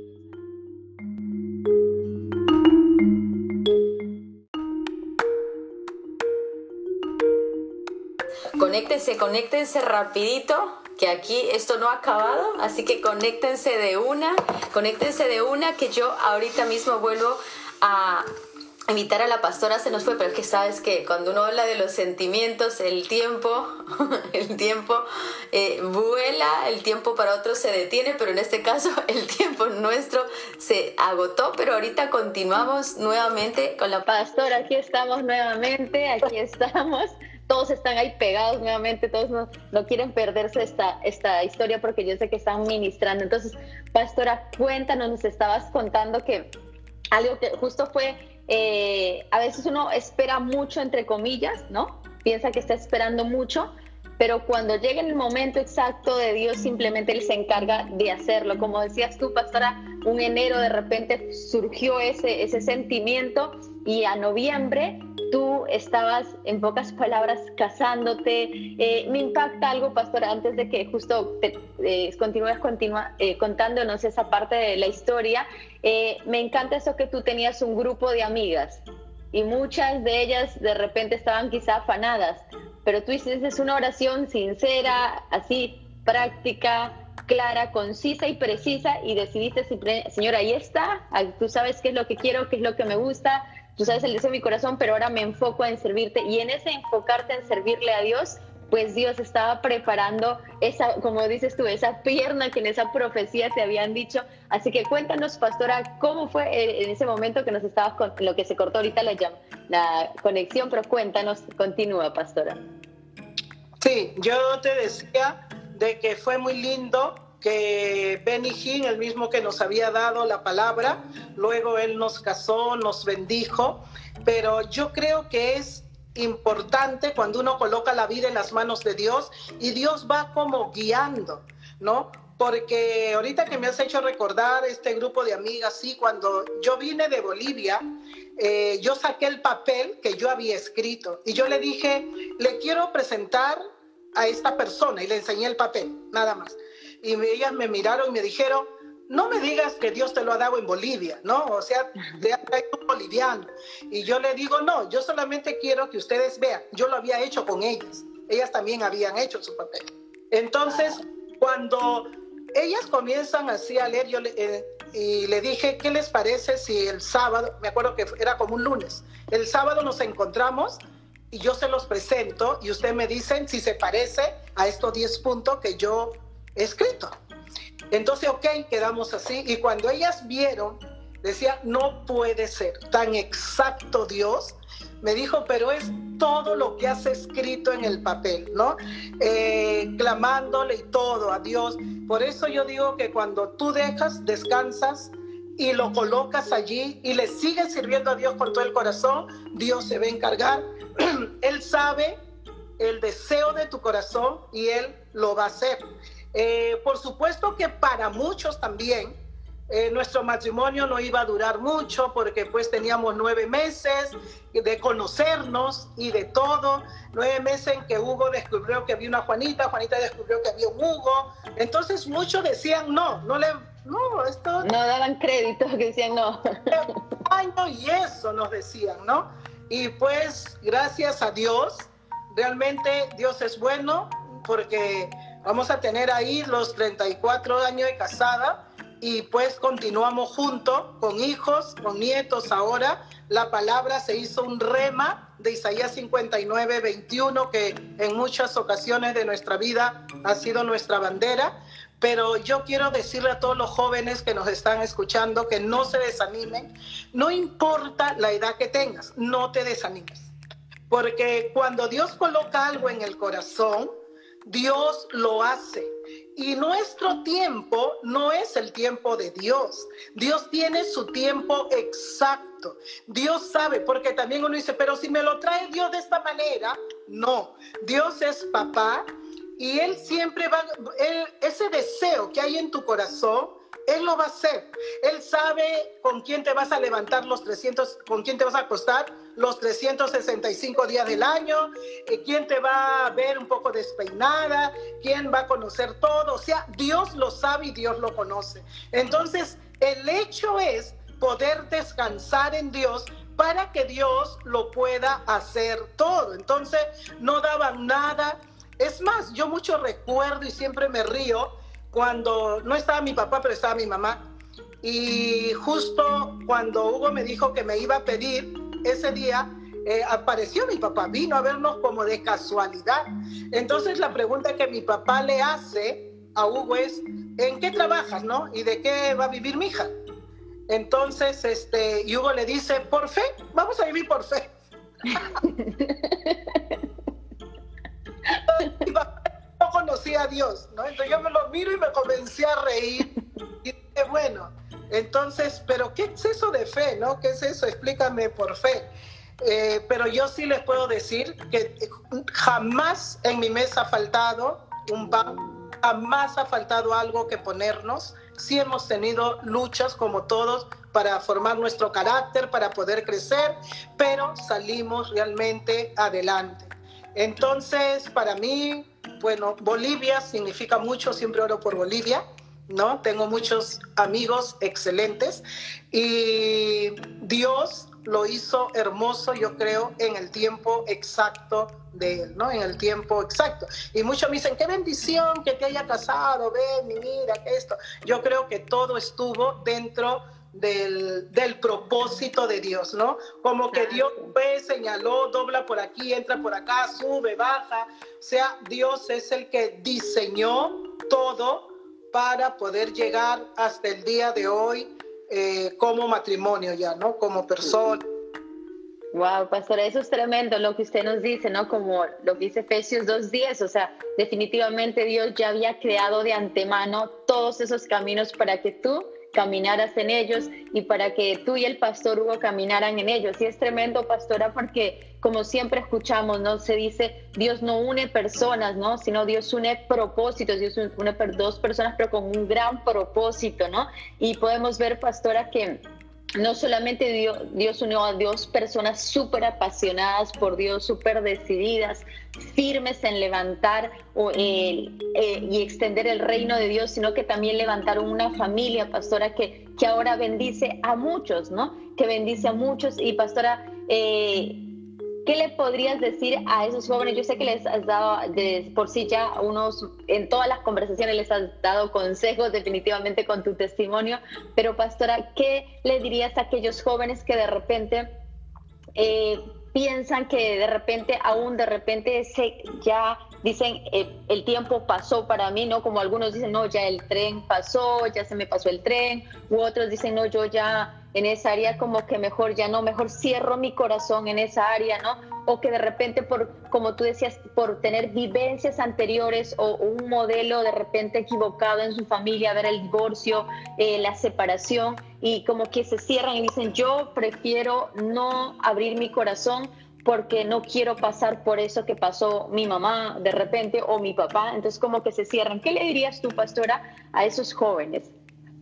escuchar. Conéctense, conéctense rapidito, que aquí esto no ha acabado, así que conéctense de una, conéctense de una, que yo ahorita mismo vuelvo a invitar a la pastora. Se nos fue, pero es que sabes que cuando uno habla de los sentimientos, el tiempo, el tiempo eh, vuela, el tiempo para otros se detiene, pero en este caso el tiempo nuestro se agotó, pero ahorita continuamos nuevamente con la pastora. Aquí estamos nuevamente, aquí estamos. Todos están ahí pegados nuevamente, todos no, no quieren perderse esta, esta historia, porque yo sé que están ministrando. Entonces, pastora, cuéntanos, nos estabas contando que algo que justo fue, eh, a veces uno espera mucho, entre comillas, ¿no? Piensa que está esperando mucho, pero cuando llega el momento exacto de Dios, simplemente Él se encarga de hacerlo. Como decías tú, pastora, un enero de repente surgió ese, ese sentimiento, y a noviembre tú estabas, en pocas palabras, casándote. Eh, me impacta algo, pastora, antes de que justo te, eh, continúes continúa, eh, contándonos esa parte de la historia. Eh, me encanta eso que tú tenías un grupo de amigas, y muchas de ellas de repente estaban quizá afanadas, pero tú hiciste una oración sincera, así, práctica, clara, concisa y precisa, y decidiste, Señor, ahí está, tú sabes qué es lo que quiero, qué es lo que me gusta, tú sabes el deseo de mi corazón, pero ahora me enfoco en servirte. Y en ese enfocarte en servirle a Dios, pues Dios estaba preparando esa, como dices tú, esa pierna que en esa profecía te habían dicho. Así que cuéntanos, pastora, cómo fue en ese momento que nos estabas con lo que se cortó ahorita la, la conexión, pero cuéntanos, continúa, pastora. Sí, yo te decía de que fue muy lindo que Benny Hinn, el mismo que nos había dado la palabra, luego él nos casó, nos bendijo, pero yo creo que es importante cuando uno coloca la vida en las manos de Dios, y Dios va como guiando, ¿no? Porque ahorita que me has hecho recordar este grupo de amigas, sí, cuando yo vine de Bolivia, eh, yo saqué el papel que yo había escrito y yo le dije, le quiero presentar a esta persona, y le enseñé el papel, nada más. Y ellas me miraron y me dijeron, no me digas que Dios te lo ha dado en Bolivia, ¿no? O sea, te ha traído un boliviano. Y yo le digo, no, yo solamente quiero que ustedes vean, yo lo había hecho con ellas. Ellas también habían hecho su papel. Entonces, cuando ellas comienzan así a leer, yo le, eh, y le dije, ¿qué les parece si el sábado, me acuerdo que era como un lunes, el sábado nos encontramos y yo se los presento y ustedes me dicen si se parece a estos diez puntos que yo he escrito? Entonces, ok, quedamos así. Y cuando ellas vieron, decía, no puede ser tan exacto Dios. Me dijo, pero es todo lo que has escrito en el papel, ¿no? Eh, clamándole y todo a Dios. Por eso yo digo que cuando tú dejas, descansas y lo colocas allí y le sigues sirviendo a Dios con todo el corazón, Dios se va a encargar. Él sabe el deseo de tu corazón y Él lo va a hacer. Eh, por supuesto que para muchos también eh, nuestro matrimonio no iba a durar mucho, porque pues teníamos nueve meses de conocernos y de todo, nueve meses en que Hugo descubrió que había una Juanita, Juanita descubrió que había un Hugo. Entonces muchos decían no, no le, no, esto no daban crédito, que decían no. Año y eso nos decían, ¿no? Y pues gracias a Dios, realmente Dios es bueno, porque vamos a tener ahí los treinta y cuatro años de casada, y pues continuamos juntos, con hijos, con nietos ahora. La palabra se hizo un rema de Isaías cincuenta y nueve, veintiuno, que en muchas ocasiones de nuestra vida ha sido nuestra bandera. Pero yo quiero decirle a todos los jóvenes que nos están escuchando que no se desanimen. No importa la edad que tengas, no te desanimes. Porque cuando Dios coloca algo en el corazón, Dios lo hace. Y nuestro tiempo no es el tiempo de Dios. Dios tiene su tiempo exacto. Dios sabe, porque también uno dice, pero si me lo trae Dios de esta manera, no. Dios es papá y Él siempre va, él, ese deseo que hay en tu corazón, Él lo va a hacer. Él sabe con quién te vas a levantar los trescientos, con quién te vas a acostar los trescientos sesenta y cinco días del año, eh, quién te va a ver un poco despeinada, quién va a conocer todo. O sea, Dios lo sabe y Dios lo conoce. Entonces, el hecho es poder descansar en Dios para que Dios lo pueda hacer todo. Entonces, no daban nada. Es más, yo mucho recuerdo y siempre me río cuando no estaba mi papá, pero estaba mi mamá. Y justo cuando Hugo me dijo que me iba a pedir, ese día eh, apareció mi papá, vino a vernos como de casualidad. Entonces la pregunta que mi papá le hace a Hugo es, ¿en qué trabajas, no? ¿Y de qué va a vivir mi hija? Entonces, este, y Hugo le dice, por fe, vamos a vivir por fe. Mi papá no conocía a Dios, ¿no? Entonces yo me lo miro y me comencé a reír. Y dije, bueno, entonces, pero ¿qué es eso de fe, no? ¿Qué es eso? Explícame por fe. Eh, pero yo sí les puedo decir que jamás en mi mesa ha faltado un pan, jamás ha faltado algo que ponernos. Sí hemos tenido luchas como todos para formar nuestro carácter, para poder crecer, pero salimos realmente adelante. Entonces, para mí, bueno, Bolivia significa mucho, siempre oro por Bolivia, ¿no? Tengo muchos amigos excelentes y Dios lo hizo hermoso, yo creo, en el tiempo exacto de Él, ¿no? En el tiempo exacto. Y muchos me dicen, qué bendición que te haya casado, ven y mira que esto. Yo creo que todo estuvo dentro del, del propósito de Dios, ¿no? Como que Dios fue, señaló, dobla por aquí, entra por acá, sube, baja. O sea, Dios es el que diseñó todo para poder llegar hasta el día de hoy eh, como matrimonio ya, ¿no? Como persona. Wow, pastora, eso es tremendo lo que usted nos dice, ¿no? Como lo que dice Efesios dos diez, o sea, definitivamente Dios ya había creado de antemano todos esos caminos para que tú caminaras en ellos y para que tú y el pastor Hugo caminaran en ellos. Y es tremendo, pastora, porque como siempre escuchamos, ¿no? Se dice, Dios no une personas, ¿no? Sino Dios une propósitos, Dios une dos personas, pero con un gran propósito, ¿no? Y podemos ver, pastora, que no solamente Dios, Dios unió a dos personas súper apasionadas por Dios, súper decididas, firmes en levantar o, eh, eh, y extender el reino de Dios, sino que también levantaron una familia, pastora, que, que ahora bendice a muchos, ¿no? Que bendice a muchos. Y pastora, eh, ¿qué le podrías decir a esos jóvenes? Yo sé que les has dado de por sí ya unos, en todas las conversaciones les has dado consejos definitivamente con tu testimonio, pero pastora, ¿qué le dirías a aquellos jóvenes que de repente eh, piensan que de repente, aún de repente se, ya dicen eh, el tiempo pasó para mí, ¿no? Como algunos dicen, no, ya el tren pasó, ya se me pasó el tren, u otros dicen, no, yo ya en esa área como que mejor ya no, mejor cierro mi corazón en esa área, ¿no? O que de repente, por, como tú decías, por tener vivencias anteriores o, o un modelo de repente equivocado en su familia, ver el divorcio, eh, la separación, y como que se cierran y dicen, yo prefiero no abrir mi corazón porque no quiero pasar por eso que pasó mi mamá de repente o mi papá. Entonces como que se cierran. ¿Qué le dirías tú, pastora, a esos jóvenes?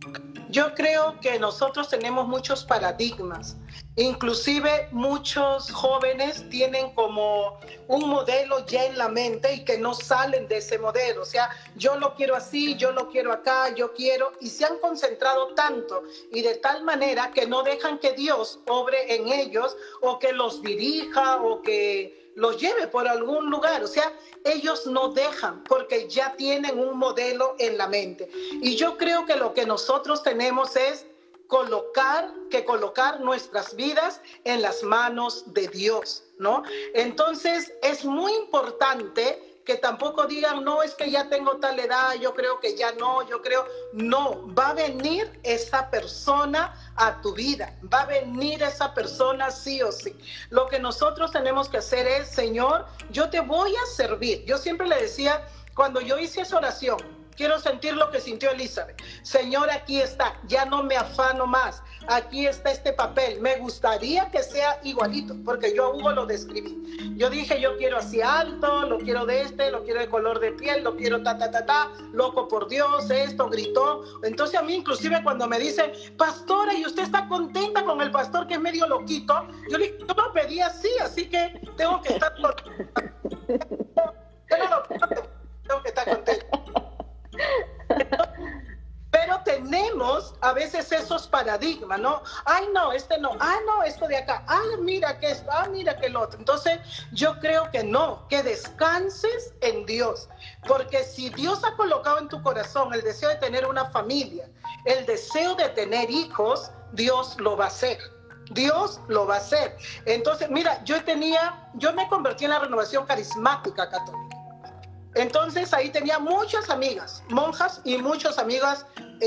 Yo creo que nosotros tenemos muchos paradigmas, inclusive muchos jóvenes tienen como un modelo ya en la mente y que no salen de ese modelo, o sea, yo lo quiero así, yo lo quiero acá, yo quiero, y se han concentrado tanto y de tal manera que no dejan que Dios obre en ellos o que los dirija o que los lleve por algún lugar. O sea, ellos no dejan porque ya tienen un modelo en la mente. Y yo creo que lo que nosotros tenemos es colocar, que colocar nuestras vidas en las manos de Dios, ¿no? Entonces es muy importante que tampoco digan, no, es que ya tengo tal edad, yo creo que ya no, yo creo, no, va a venir esa persona a tu vida, va a venir esa persona sí o sí. Lo que nosotros tenemos que hacer es, Señor, yo te voy a servir. Yo siempre le decía, cuando yo hice esa oración, quiero sentir lo que sintió Elizabeth. Señor, aquí está, ya no me afano más. Aquí está este papel. Me gustaría que sea igualito, porque yo a Hugo lo describí. Yo dije, yo quiero así alto, lo quiero de este, lo quiero de color de piel, lo quiero ta, ta, ta, ta, loco por Dios, esto, gritó. Entonces a mí inclusive cuando me dicen, pastora, ¿y usted está contenta con el pastor que es medio loquito? Yo le digo, yo lo pedí así, así que tengo que estar contenta. Tengo que estar contenta. Pero tenemos a veces esos paradigmas, ¿no? Ay, no, este no. Ah, no, esto de acá. Ah, mira que esto. Ah, mira que el otro. Entonces, yo creo que no, que descanses en Dios. Porque si Dios ha colocado en tu corazón el deseo de tener una familia, el deseo de tener hijos, Dios lo va a hacer. Dios lo va a hacer. Entonces, mira, yo tenía, yo me convertí en la Renovación Carismática Católica. Entonces ahí tenía muchas amigas, monjas y muchas amigas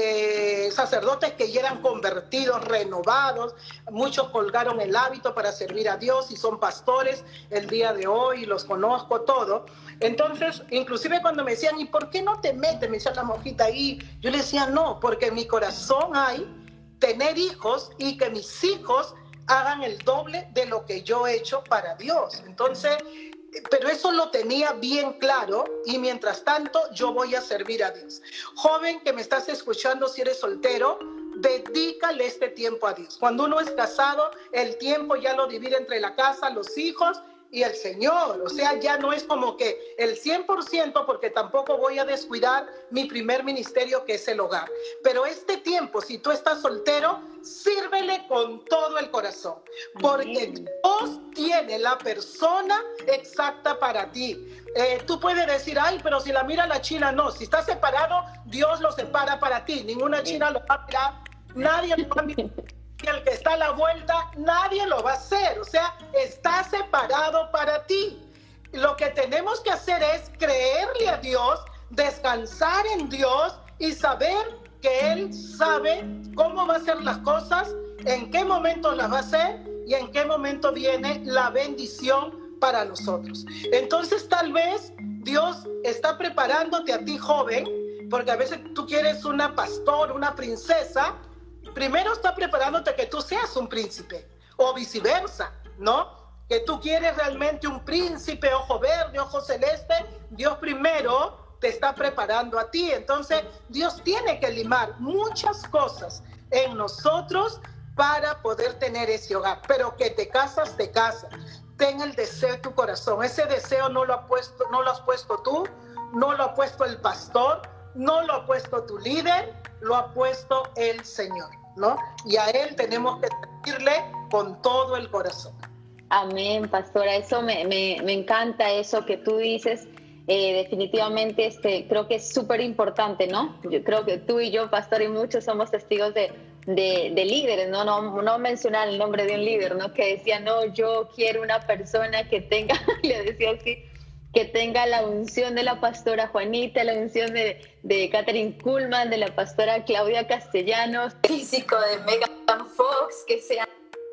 eh, sacerdotes que ya eran convertidos, renovados. Muchos colgaron el hábito para servir a Dios y son pastores el día de hoy, los conozco todo. Entonces, inclusive cuando me decían, ¿y por qué no te metes? Me decía la monjita ahí. Yo le decía, no, porque en mi corazón hay tener hijos y que mis hijos hagan el doble de lo que yo he hecho para Dios. Entonces, pero eso lo tenía bien claro y mientras tanto yo voy a servir a Dios. Joven que me estás escuchando, si eres soltero, dedícale este tiempo a Dios. Cuando uno es casado, el tiempo ya lo divide entre la casa, los hijos y el Señor. O sea, ya no es como que el cien por ciento, porque tampoco voy a descuidar mi primer ministerio, que es el hogar. Pero este tiempo, si tú estás soltero, sírvele con todo el corazón, porque Dios tiene la persona exacta para ti. Eh, tú puedes decir, ay, pero si la mira la china, no. Si está separado, Dios lo separa para ti. Ninguna china lo va a mirar, nadie lo va a mirar. Y el que está a la vuelta, nadie lo va a hacer. O sea, está separado para ti. Lo que tenemos que hacer es creerle a Dios, descansar en Dios y saber que Él sabe cómo va a hacer las cosas, en qué momento las va a hacer y en qué momento viene la bendición para nosotros. Entonces, tal vez Dios está preparándote a ti, joven, porque a veces tú quieres una pastora, una princesa. Primero está preparándote que tú seas un príncipe, o viceversa, ¿no? Que tú quieres realmente un príncipe, ojo verde, ojo celeste. Dios primero te está preparando a ti. Entonces, Dios tiene que limar muchas cosas en nosotros para poder tener ese hogar. Pero que te casas, te casas. Ten el deseo en tu corazón. Ese deseo no lo ha puesto, no lo has puesto tú, no lo ha puesto el pastor, no lo ha puesto tu líder, lo ha puesto el Señor, ¿no? Y a Él tenemos que servirle con todo el corazón. Amén, pastora. Eso me, me, me encanta, eso que tú dices. Eh, definitivamente este, creo que es súper importante, ¿no? Yo creo que tú y yo, pastor, y muchos somos testigos de, de, de líderes, ¿no? ¿no? No mencionar el nombre de un líder, ¿no? Que decía, no, yo quiero una persona que tenga, le decía así, que tenga la unción de la pastora Juanita, la unción de, de Catherine Kuhlman, de la pastora Claudia Castellanos. Físico de Megan Fox, que sea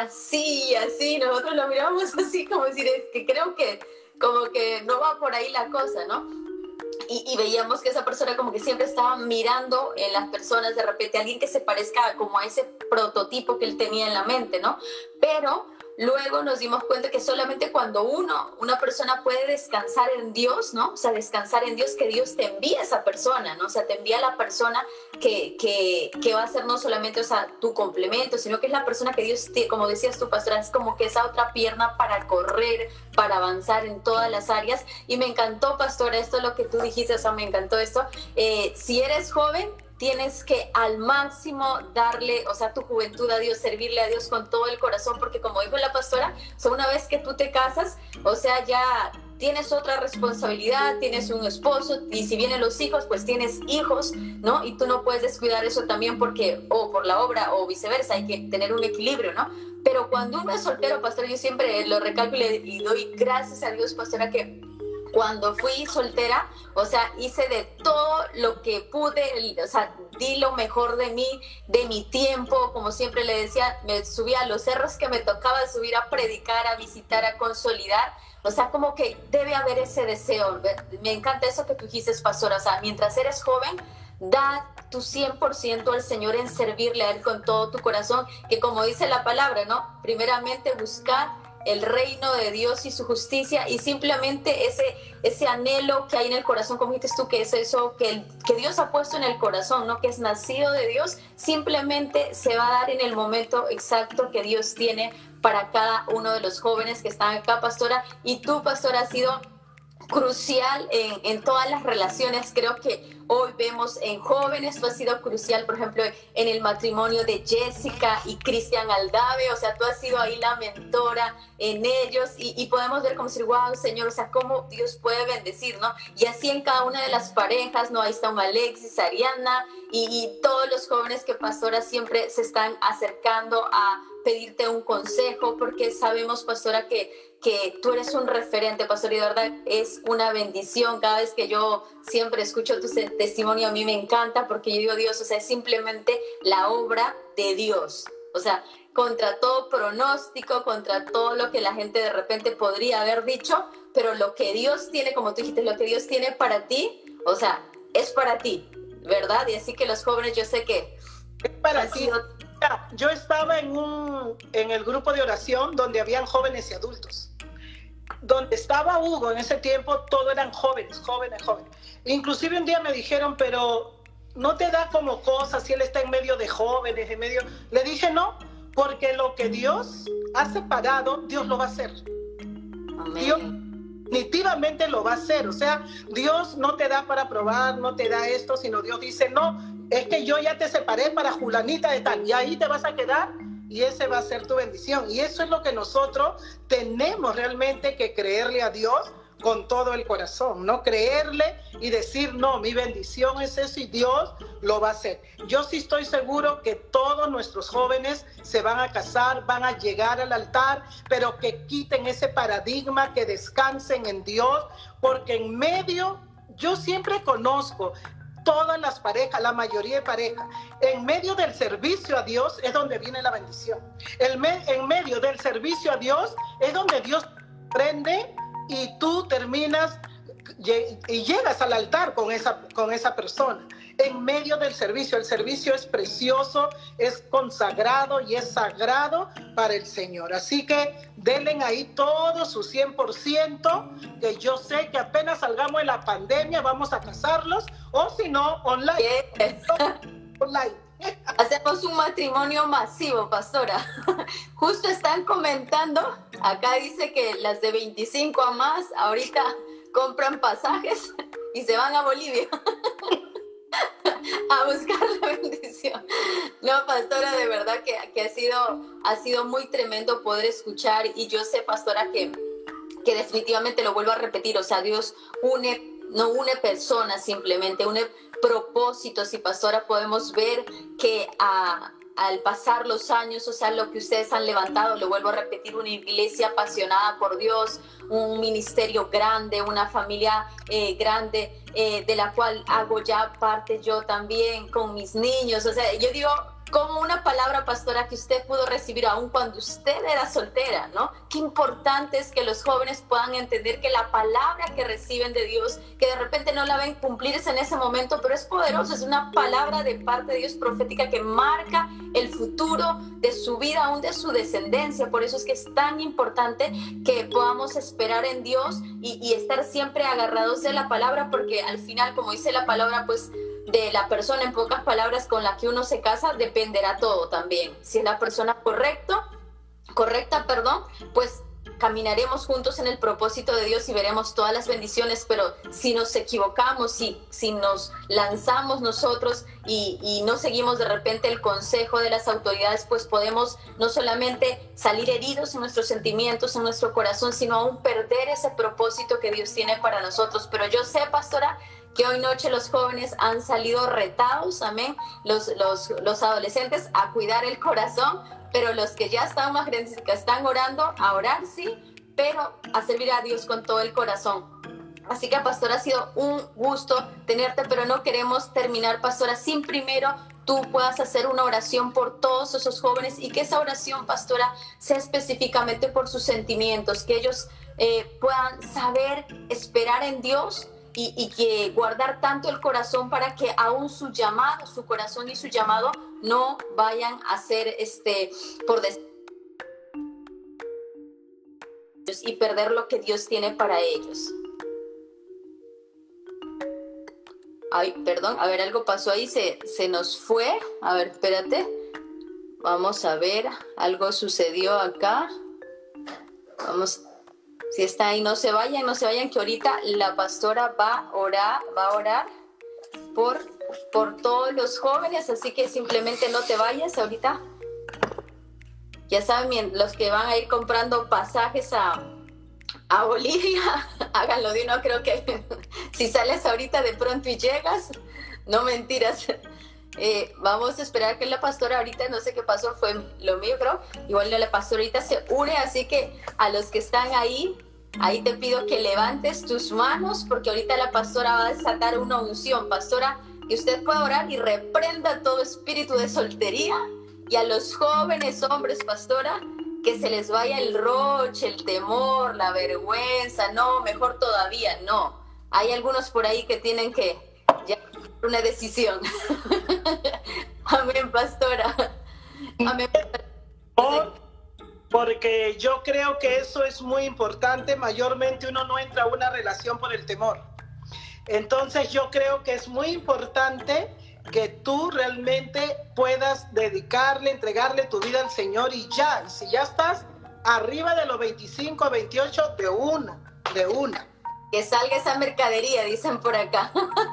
así, así. Nosotros lo miramos así como decir, es que creo que como que no va por ahí la cosa, ¿no? Y, y veíamos que esa persona como que siempre estaba mirando en las personas, de repente alguien que se parezca como a ese prototipo que él tenía en la mente, ¿no? Pero luego nos dimos cuenta que solamente cuando uno, una persona puede descansar en Dios, ¿no? O sea, descansar en Dios, que Dios te envía a esa persona, ¿no? O sea, te envía a la persona que, que, que va a ser no solamente, o sea, tu complemento, sino que es la persona que Dios, te, como decías tú, pastora, es como que esa otra pierna para correr, para avanzar en todas las áreas. Y me encantó, pastora, esto es lo que tú dijiste, o sea, me encantó esto. Eh, si eres joven, tienes que al máximo darle, o sea, tu juventud a Dios, servirle a Dios con todo el corazón, porque como dijo la pastora, o sea, una vez que tú te casas, o sea, ya tienes otra responsabilidad, tienes un esposo, y si vienen los hijos, pues tienes hijos, ¿no? Y tú no puedes descuidar eso también porque, o por la obra, o viceversa, hay que tener un equilibrio, ¿no? Pero cuando uno es soltero, pastora, yo siempre lo recalco y le y doy gracias a Dios, pastora, que cuando fui soltera, o sea, hice de todo lo que pude, o sea, di lo mejor de mí, de mi tiempo, como siempre le decía, me subía a los cerros que me tocaba subir a predicar, a visitar, a consolidar, o sea, como que debe haber ese deseo. Me encanta eso que tú dijiste, pastora, o sea, mientras eres joven, da tu cien por ciento al Señor en servirle a Él con todo tu corazón, que como dice la palabra, ¿no? Primeramente buscar el reino de Dios y su justicia, y simplemente ese, ese anhelo que hay en el corazón, como dices tú, que es eso que, el, que Dios ha puesto en el corazón, ¿no? Que es nacido de Dios, simplemente se va a dar en el momento exacto que Dios tiene para cada uno de los jóvenes que están acá, pastora. Y tú, pastora, has sido crucial en, en todas las relaciones. Creo que hoy vemos en jóvenes, tú has sido crucial, por ejemplo, en el matrimonio de Jessica y Cristian Aldave, o sea, tú has sido ahí la mentora en ellos, y, y podemos ver como decir, wow, Señor, o sea, cómo Dios puede bendecir, ¿no? Y así en cada una de las parejas, ¿no? Ahí está un Alexis, Ariana, y, y todos los jóvenes que, pastora, siempre se están acercando a pedirte un consejo, porque sabemos, pastora, que que tú eres un referente, pastor, y de verdad es una bendición. Cada vez que yo siempre escucho tu testimonio, a mí me encanta, porque yo digo, Dios, o sea, es simplemente la obra de Dios. O sea, contra todo pronóstico, contra todo lo que la gente de repente podría haber dicho, pero lo que Dios tiene, como tú dijiste, lo que Dios tiene para ti, o sea, es para ti, ¿verdad? Y así que los jóvenes, yo sé que es para ti. Sido... Yo estaba en, un, en el grupo de oración donde habían jóvenes y adultos. Donde estaba Hugo en ese tiempo, todos eran jóvenes, jóvenes, jóvenes. Inclusive un día me dijeron, pero ¿no te da como cosas si él está en medio de jóvenes, en medio? Le dije, no, porque lo que Dios ha separado, Dios lo va a hacer. Amén. Dios definitivamente lo va a hacer. O sea, Dios no te da para probar, no te da esto, sino Dios dice, no, es que yo ya te separé para Julanita de tal, y ahí te vas a quedar. Y ese va a ser tu bendición. Y eso es lo que nosotros tenemos realmente que creerle a Dios con todo el corazón, ¿no? Creerle y decir, no, mi bendición es eso y Dios lo va a hacer. Yo sí estoy seguro que todos nuestros jóvenes se van a casar, van a llegar al altar, pero que quiten ese paradigma, que descansen en Dios, porque en medio, yo siempre conozco todas las parejas, la mayoría de parejas, en medio del servicio a Dios es donde viene la bendición. El me, en medio del servicio a Dios es donde Dios prende y tú terminas y llegas al altar con esa, con esa persona. En medio del servicio, el servicio es precioso, es consagrado y es sagrado para el Señor. Así que denle ahí todo su cien por ciento, que yo sé que apenas salgamos de la pandemia vamos a casarlos, o si no, online. Yes. online. Hacemos un matrimonio masivo, pastora. Justo están comentando, acá dice que las de veinticinco a más ahorita compran pasajes y se van a Bolivia a buscar la bendición. No, pastora, de verdad que, que ha sido, ha sido muy tremendo poder escuchar, y yo sé, pastora, que, que definitivamente lo vuelvo a repetir, o sea, Dios une, no une personas, simplemente une propósitos, y pastora, podemos ver que a al pasar los años, o sea, lo que ustedes han levantado, lo vuelvo a repetir, una iglesia apasionada por Dios, un ministerio grande, una familia eh, grande, eh, de la cual hago ya parte yo también con mis niños. O sea, yo digo, como una palabra, pastora, que usted pudo recibir aún cuando usted era soltera, ¿no? Qué importante es que los jóvenes puedan entender que la palabra que reciben de Dios, que de repente no la ven cumplirse en ese momento, pero es poderosa, es una palabra de parte de Dios profética que marca el futuro de su vida, aún de su descendencia. Por eso es que es tan importante que podamos esperar en Dios y, y estar siempre agarrados de la palabra, porque al final, como dice la palabra, pues de la persona, en pocas palabras, con la que uno se casa, dependerá todo también. Si es la persona correcto, correcta, perdón, pues caminaremos juntos en el propósito de Dios y veremos todas las bendiciones, pero si nos equivocamos, si, si nos lanzamos nosotros y, y no seguimos de repente el consejo de las autoridades, pues podemos no solamente salir heridos en nuestros sentimientos, en nuestro corazón, sino aún perder ese propósito que Dios tiene para nosotros. Pero yo sé, pastora, que hoy noche los jóvenes han salido retados, amén, los, los, los adolescentes a cuidar el corazón, pero los que ya están más grandes, que están orando, a orar sí, pero a servir a Dios con todo el corazón. Así que, pastora, ha sido un gusto tenerte, pero no queremos terminar, pastora, sin primero tú puedas hacer una oración por todos esos jóvenes y que esa oración, pastora, sea específicamente por sus sentimientos, que ellos eh, puedan saber esperar en Dios y, y que guardar tanto el corazón para que aún su llamado, su corazón y su llamado no vayan a ser este, por des- y perder lo que Dios tiene para ellos. Ay, perdón, a ver, algo pasó ahí, se, se nos fue. A ver, espérate. Vamos a ver, algo sucedió acá. Vamos, si está ahí, no se vayan, no se vayan, que ahorita la pastora va a orar, va a orar por, por todos los jóvenes, así que simplemente no te vayas ahorita. Ya saben, los que van a ir comprando pasajes a, a Bolivia, háganlo de uno, creo que si sales ahorita de pronto y llegas, no mentiras. Eh, vamos a esperar que la pastora ahorita, no sé qué pasó, fue lo mío, creo. Igual la pastora ahorita se une, así que a los que están ahí, ahí te pido que levantes tus manos, porque ahorita la pastora va a desatar una unción. Pastora, que usted pueda orar y reprenda todo espíritu de soltería. Y a los jóvenes hombres, pastora, que se les vaya el roche, el temor, la vergüenza. No, mejor todavía, no. Hay algunos por ahí que tienen que ya una decisión. Amén, pastora. Amén. Por, porque yo creo que eso es muy importante. Mayormente uno no entra a una relación por el temor. Entonces yo creo que es muy importante que tú realmente puedas dedicarle, entregarle tu vida al Señor y ya. Y si ya estás arriba de los veinticinco, veintiocho, de una, de una. Que salga esa mercadería, dicen por acá.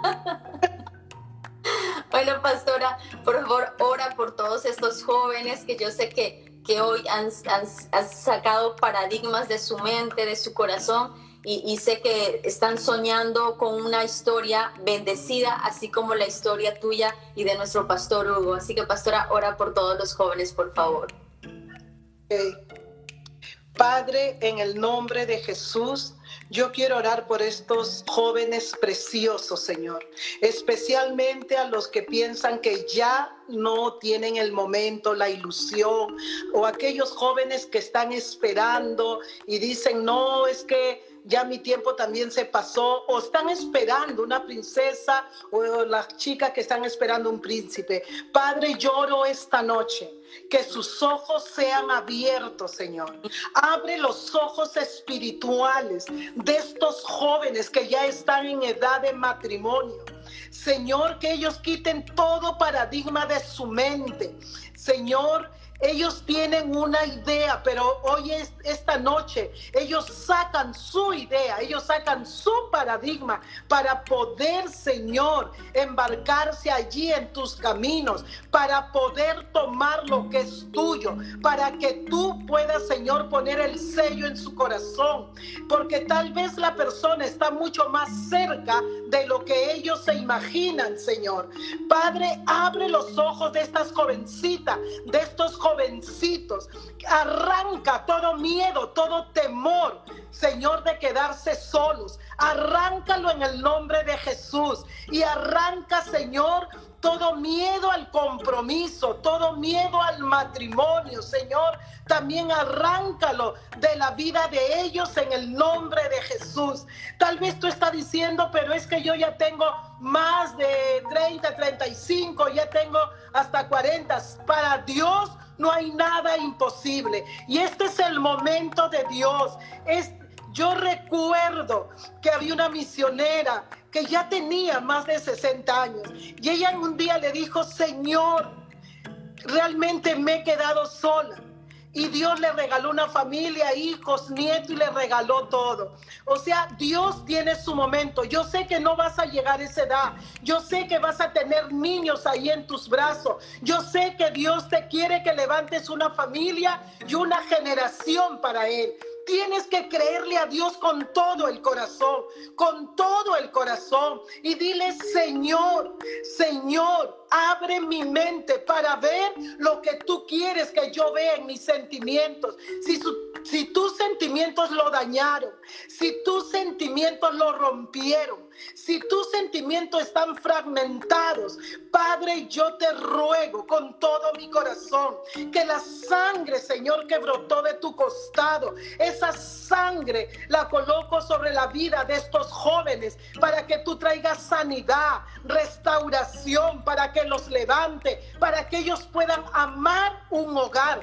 Bueno, pastora, por favor, ora por todos estos jóvenes que yo sé que, que hoy han, han, han sacado paradigmas de su mente, de su corazón. Y, y sé que están soñando con una historia bendecida, así como la historia tuya y de nuestro pastor Hugo. Así que, pastora, ora por todos los jóvenes, por favor. Okay. Padre, en el nombre de Jesús, yo quiero orar por estos jóvenes preciosos, Señor. Especialmente a los que piensan que ya no tienen el momento, la ilusión, o aquellos jóvenes que están esperando y dicen, no, es que ya mi tiempo también se pasó, o están esperando una princesa, o las chicas que están esperando un príncipe. Padre, lloro esta noche que sus ojos sean abiertos, Señor. Abre los ojos espirituales de estos jóvenes que ya están en edad de matrimonio. Señor, que ellos quiten todo paradigma de su mente. Señor, ellos tienen una idea, pero hoy es, esta noche, ellos sacan su idea, ellos sacan su paradigma para poder, Señor, embarcarse allí en tus caminos, para poder tomar lo que es tuyo, para que tú puedas, Señor, poner el sello en su corazón, porque tal vez la persona está mucho más cerca de lo que ellos se imaginan, Señor. Padre, abre los ojos de estas jovencitas, de estos jovencitos. Arranca todo miedo, todo temor, Señor, de quedarse solos. Arráncalo en el nombre de Jesús. Y arranca, Señor, todo miedo al compromiso, todo miedo al matrimonio, Señor. También arráncalo de la vida de ellos en el nombre de Jesús. Tal vez tú estás diciendo, pero es que yo ya tengo más de treinta, treinta y cinco, ya tengo hasta cuarenta. Para Dios no hay nada imposible. Y este es el momento de Dios. Es, yo recuerdo que había una misionera que ya tenía más de sesenta años. Y ella un día le dijo, Señor, realmente me he quedado sola. y Dios le regaló una familia, hijos, nietos y le regaló todo. O sea, Dios tiene su momento. Yo sé que no vas a llegar a esa edad. Yo sé que vas a tener niños ahí en tus brazos. Yo sé que Dios te quiere que levantes una familia y una generación para Él. Tienes que creerle a Dios con todo el corazón, con todo el corazón. Y dile, Señor, Señor, abre mi mente para ver lo que tú quieres que yo vea en mis sentimientos. Si, su, si tus sentimientos lo dañaron, si tus sentimientos lo rompieron, si tus sentimientos están fragmentados, Padre, yo te ruego con todo mi corazón que la sangre, Señor, que brotó de tu costado, esa sangre la coloco sobre la vida de estos jóvenes para que tú traigas sanidad, restauración, para que los levante, para que ellos puedan amar un hogar,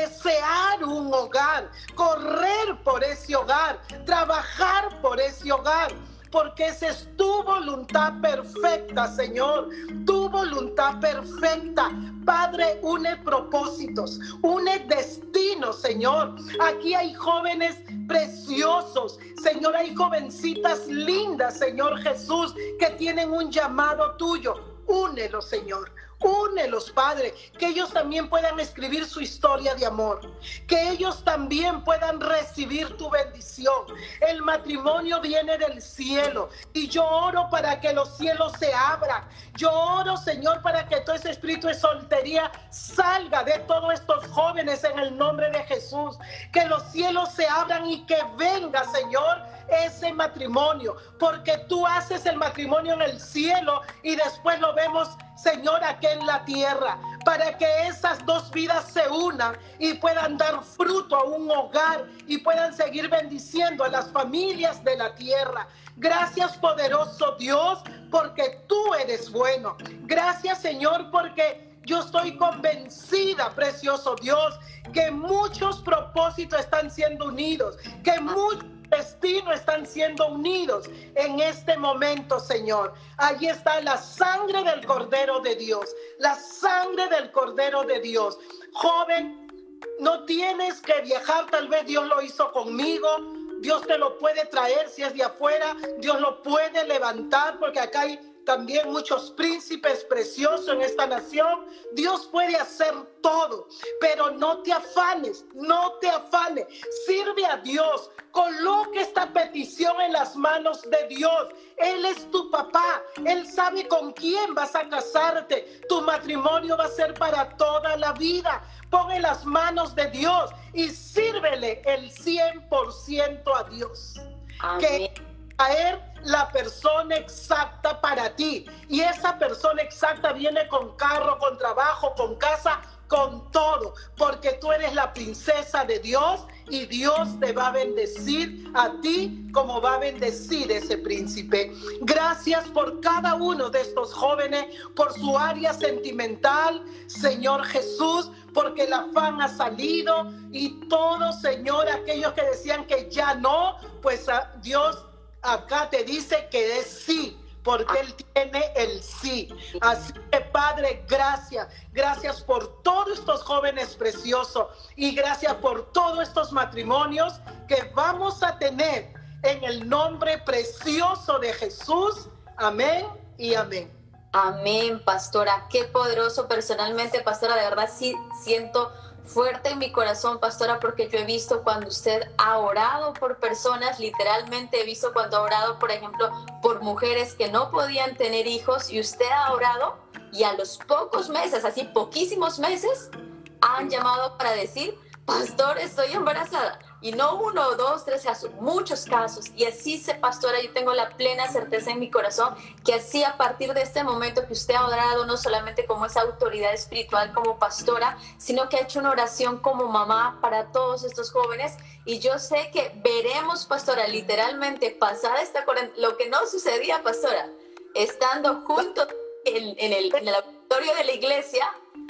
desear un hogar, correr por ese hogar, trabajar por ese hogar. Porque esa es tu voluntad perfecta, Señor, tu voluntad perfecta. Padre, une propósitos, une destinos, Señor. Aquí hay jóvenes preciosos, Señor, hay jovencitas lindas, Señor Jesús, que tienen un llamado tuyo. Únelos, Señor. Únelos, Padre, que ellos también puedan escribir su historia de amor, que ellos también puedan recibir tu bendición. El matrimonio viene del cielo y yo oro para que los cielos se abran. Yo oro, Señor, para que todo ese espíritu de soltería salga de todos estos jóvenes en el nombre de Jesús. Que los cielos se abran y que venga, Señor, ese matrimonio, porque tú haces el matrimonio en el cielo y después lo vemos, Señor, aquí en la tierra, para que esas dos vidas se unan y puedan dar fruto a un hogar y puedan seguir bendiciendo a las familias de la tierra. Gracias, poderoso Dios, porque tú eres bueno. Gracias, Señor, porque yo estoy convencida, precioso Dios, que muchos propósitos están siendo unidos, que muchos destinos están siendo unidos en este momento, Señor. Allí está la sangre del Cordero de Dios, la sangre del Cordero de Dios. Joven, no tienes que viajar, tal vez Dios lo hizo conmigo. Dios te lo puede traer si es de afuera, Dios lo puede levantar, porque acá hay también muchos príncipes preciosos en esta nación. Dios puede hacer todo, pero no te afanes, no te afanes. Sirve a Dios, coloque esta petición en las manos de Dios. Él es tu papá, Él sabe con quién vas a casarte. Tu matrimonio va a ser para toda la vida. Pon en las manos de Dios y sírvele el cien por ciento a Dios. Amén. Que traer la persona exacta para ti, y esa persona exacta viene con carro, con trabajo, con casa, con todo, porque tú eres la princesa de Dios y Dios te va a bendecir a ti como va a bendecir ese príncipe. Gracias por cada uno de estos jóvenes, por su área sentimental, Señor Jesús, porque el afán ha salido y todo, Señor, aquellos que decían que ya no, pues a Dios acá te dice que es sí, porque Él tiene el sí. Así que, Padre, gracias. Gracias por todos estos jóvenes preciosos y gracias por todos estos matrimonios que vamos a tener en el nombre precioso de Jesús. Amén y amén. Amén, pastora. Qué poderoso. Personalmente, pastora, de verdad sí siento fuerte en mi corazón, pastora, porque yo he visto cuando usted ha orado por personas, literalmente he visto cuando ha orado, por ejemplo, por mujeres que no podían tener hijos, y usted ha orado y a los pocos meses, así poquísimos meses, han llamado para decir, pastor, estoy embarazada. Y no uno, dos, tres casos, muchos casos. Y así, se, pastora, yo tengo la plena certeza en mi corazón que así, a partir de este momento que usted ha orado, no solamente como esa autoridad espiritual, como pastora, sino que ha hecho una oración como mamá para todos estos jóvenes. Y yo sé que veremos, pastora, literalmente pasar esta cuarentena, lo que no sucedía, pastora, estando juntos en, en, el, en el auditorio de la iglesia,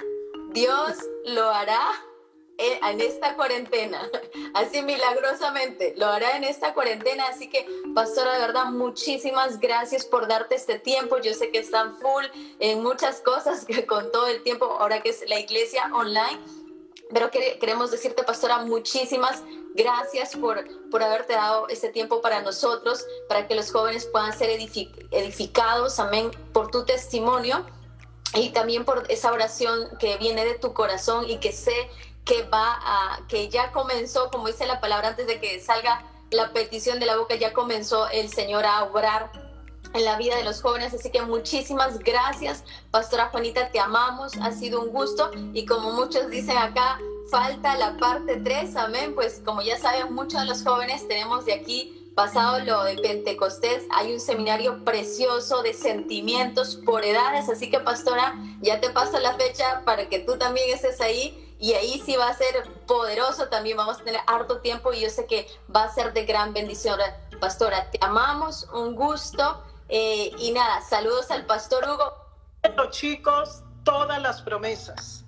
Dios lo hará en esta cuarentena, así milagrosamente lo hará en esta cuarentena. Así que, pastora, de verdad, muchísimas gracias por darte este tiempo. Yo sé que están full en muchas cosas, que con todo el tiempo ahora que es la iglesia online, Pero que, queremos decirte, pastora, muchísimas gracias por, por haberte dado este tiempo para nosotros, para que los jóvenes puedan ser edific edificados, amén, por tu testimonio y también por esa oración que viene de tu corazón y que sé que va a, que ya comenzó, como dice la palabra, antes de que salga la petición de la boca, ya comenzó el Señor a obrar en la vida de los jóvenes. Así que muchísimas gracias, pastora Juanita, te amamos, ha sido un gusto, y como muchos dicen acá, falta la parte tres, amén. Pues como ya saben, muchos de los jóvenes tenemos de aquí, pasado lo de Pentecostés, hay un seminario precioso de sentimientos por edades, así que pastora, ya te paso la fecha para que tú también estés ahí. Y ahí sí va a ser poderoso, también vamos a tener harto tiempo y yo sé que va a ser de gran bendición. Pastora, te amamos, un gusto. Eh, y nada, saludos al pastor Hugo. Bueno, chicos, todas las promesas.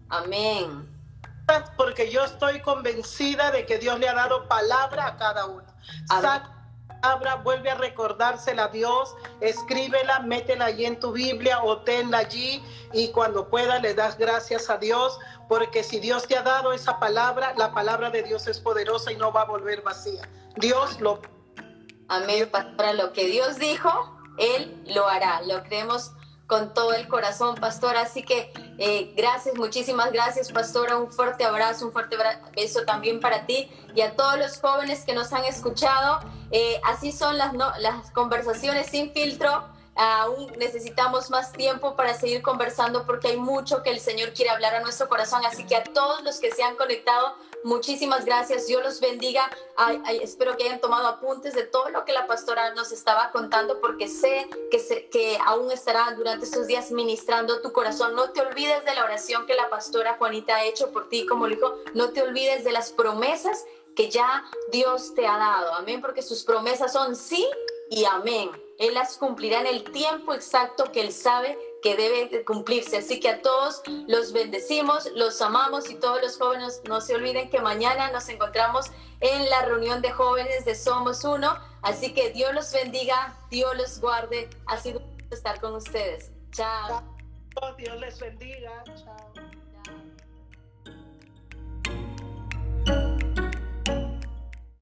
Amén. Porque yo estoy convencida de que Dios le ha dado palabra a cada uno. Saca la palabra, vuelve a recordársela a Dios, escríbela, métela allí en tu Biblia o tenla allí, y cuando pueda le das gracias a Dios, porque si Dios te ha dado esa palabra, la palabra de Dios es poderosa y no va a volver vacía. Dios lo... Amén, pastora, lo que Dios dijo, Él lo hará, lo creemos con todo el corazón, pastora. Así que eh, gracias, muchísimas gracias, pastora, un fuerte abrazo, un fuerte beso también para ti y a todos los jóvenes que nos han escuchado. Eh, así son las, no, las conversaciones sin filtro. Aún necesitamos más tiempo para seguir conversando porque hay mucho que el Señor quiere hablar a nuestro corazón. Así que a todos los que se han conectado, muchísimas gracias. Dios los bendiga. Ay, ay, espero que hayan tomado apuntes de todo lo que la pastora nos estaba contando, porque sé que, se, que aún estará durante estos días ministrando tu corazón. No te olvides de la oración que la pastora Juanita ha hecho por ti, como le dijo. No te olvides de las promesas que ya Dios te ha dado. Amén, porque sus promesas son sí y amén. Él las cumplirá en el tiempo exacto que Él sabe que debe cumplirse. Así que a todos los bendecimos, los amamos, y todos los jóvenes no se olviden que mañana nos encontramos en la reunión de jóvenes de Somos Uno. Así que Dios los bendiga, Dios los guarde. Ha sido un gusto estar con ustedes. Chao. Dios les bendiga. Chao.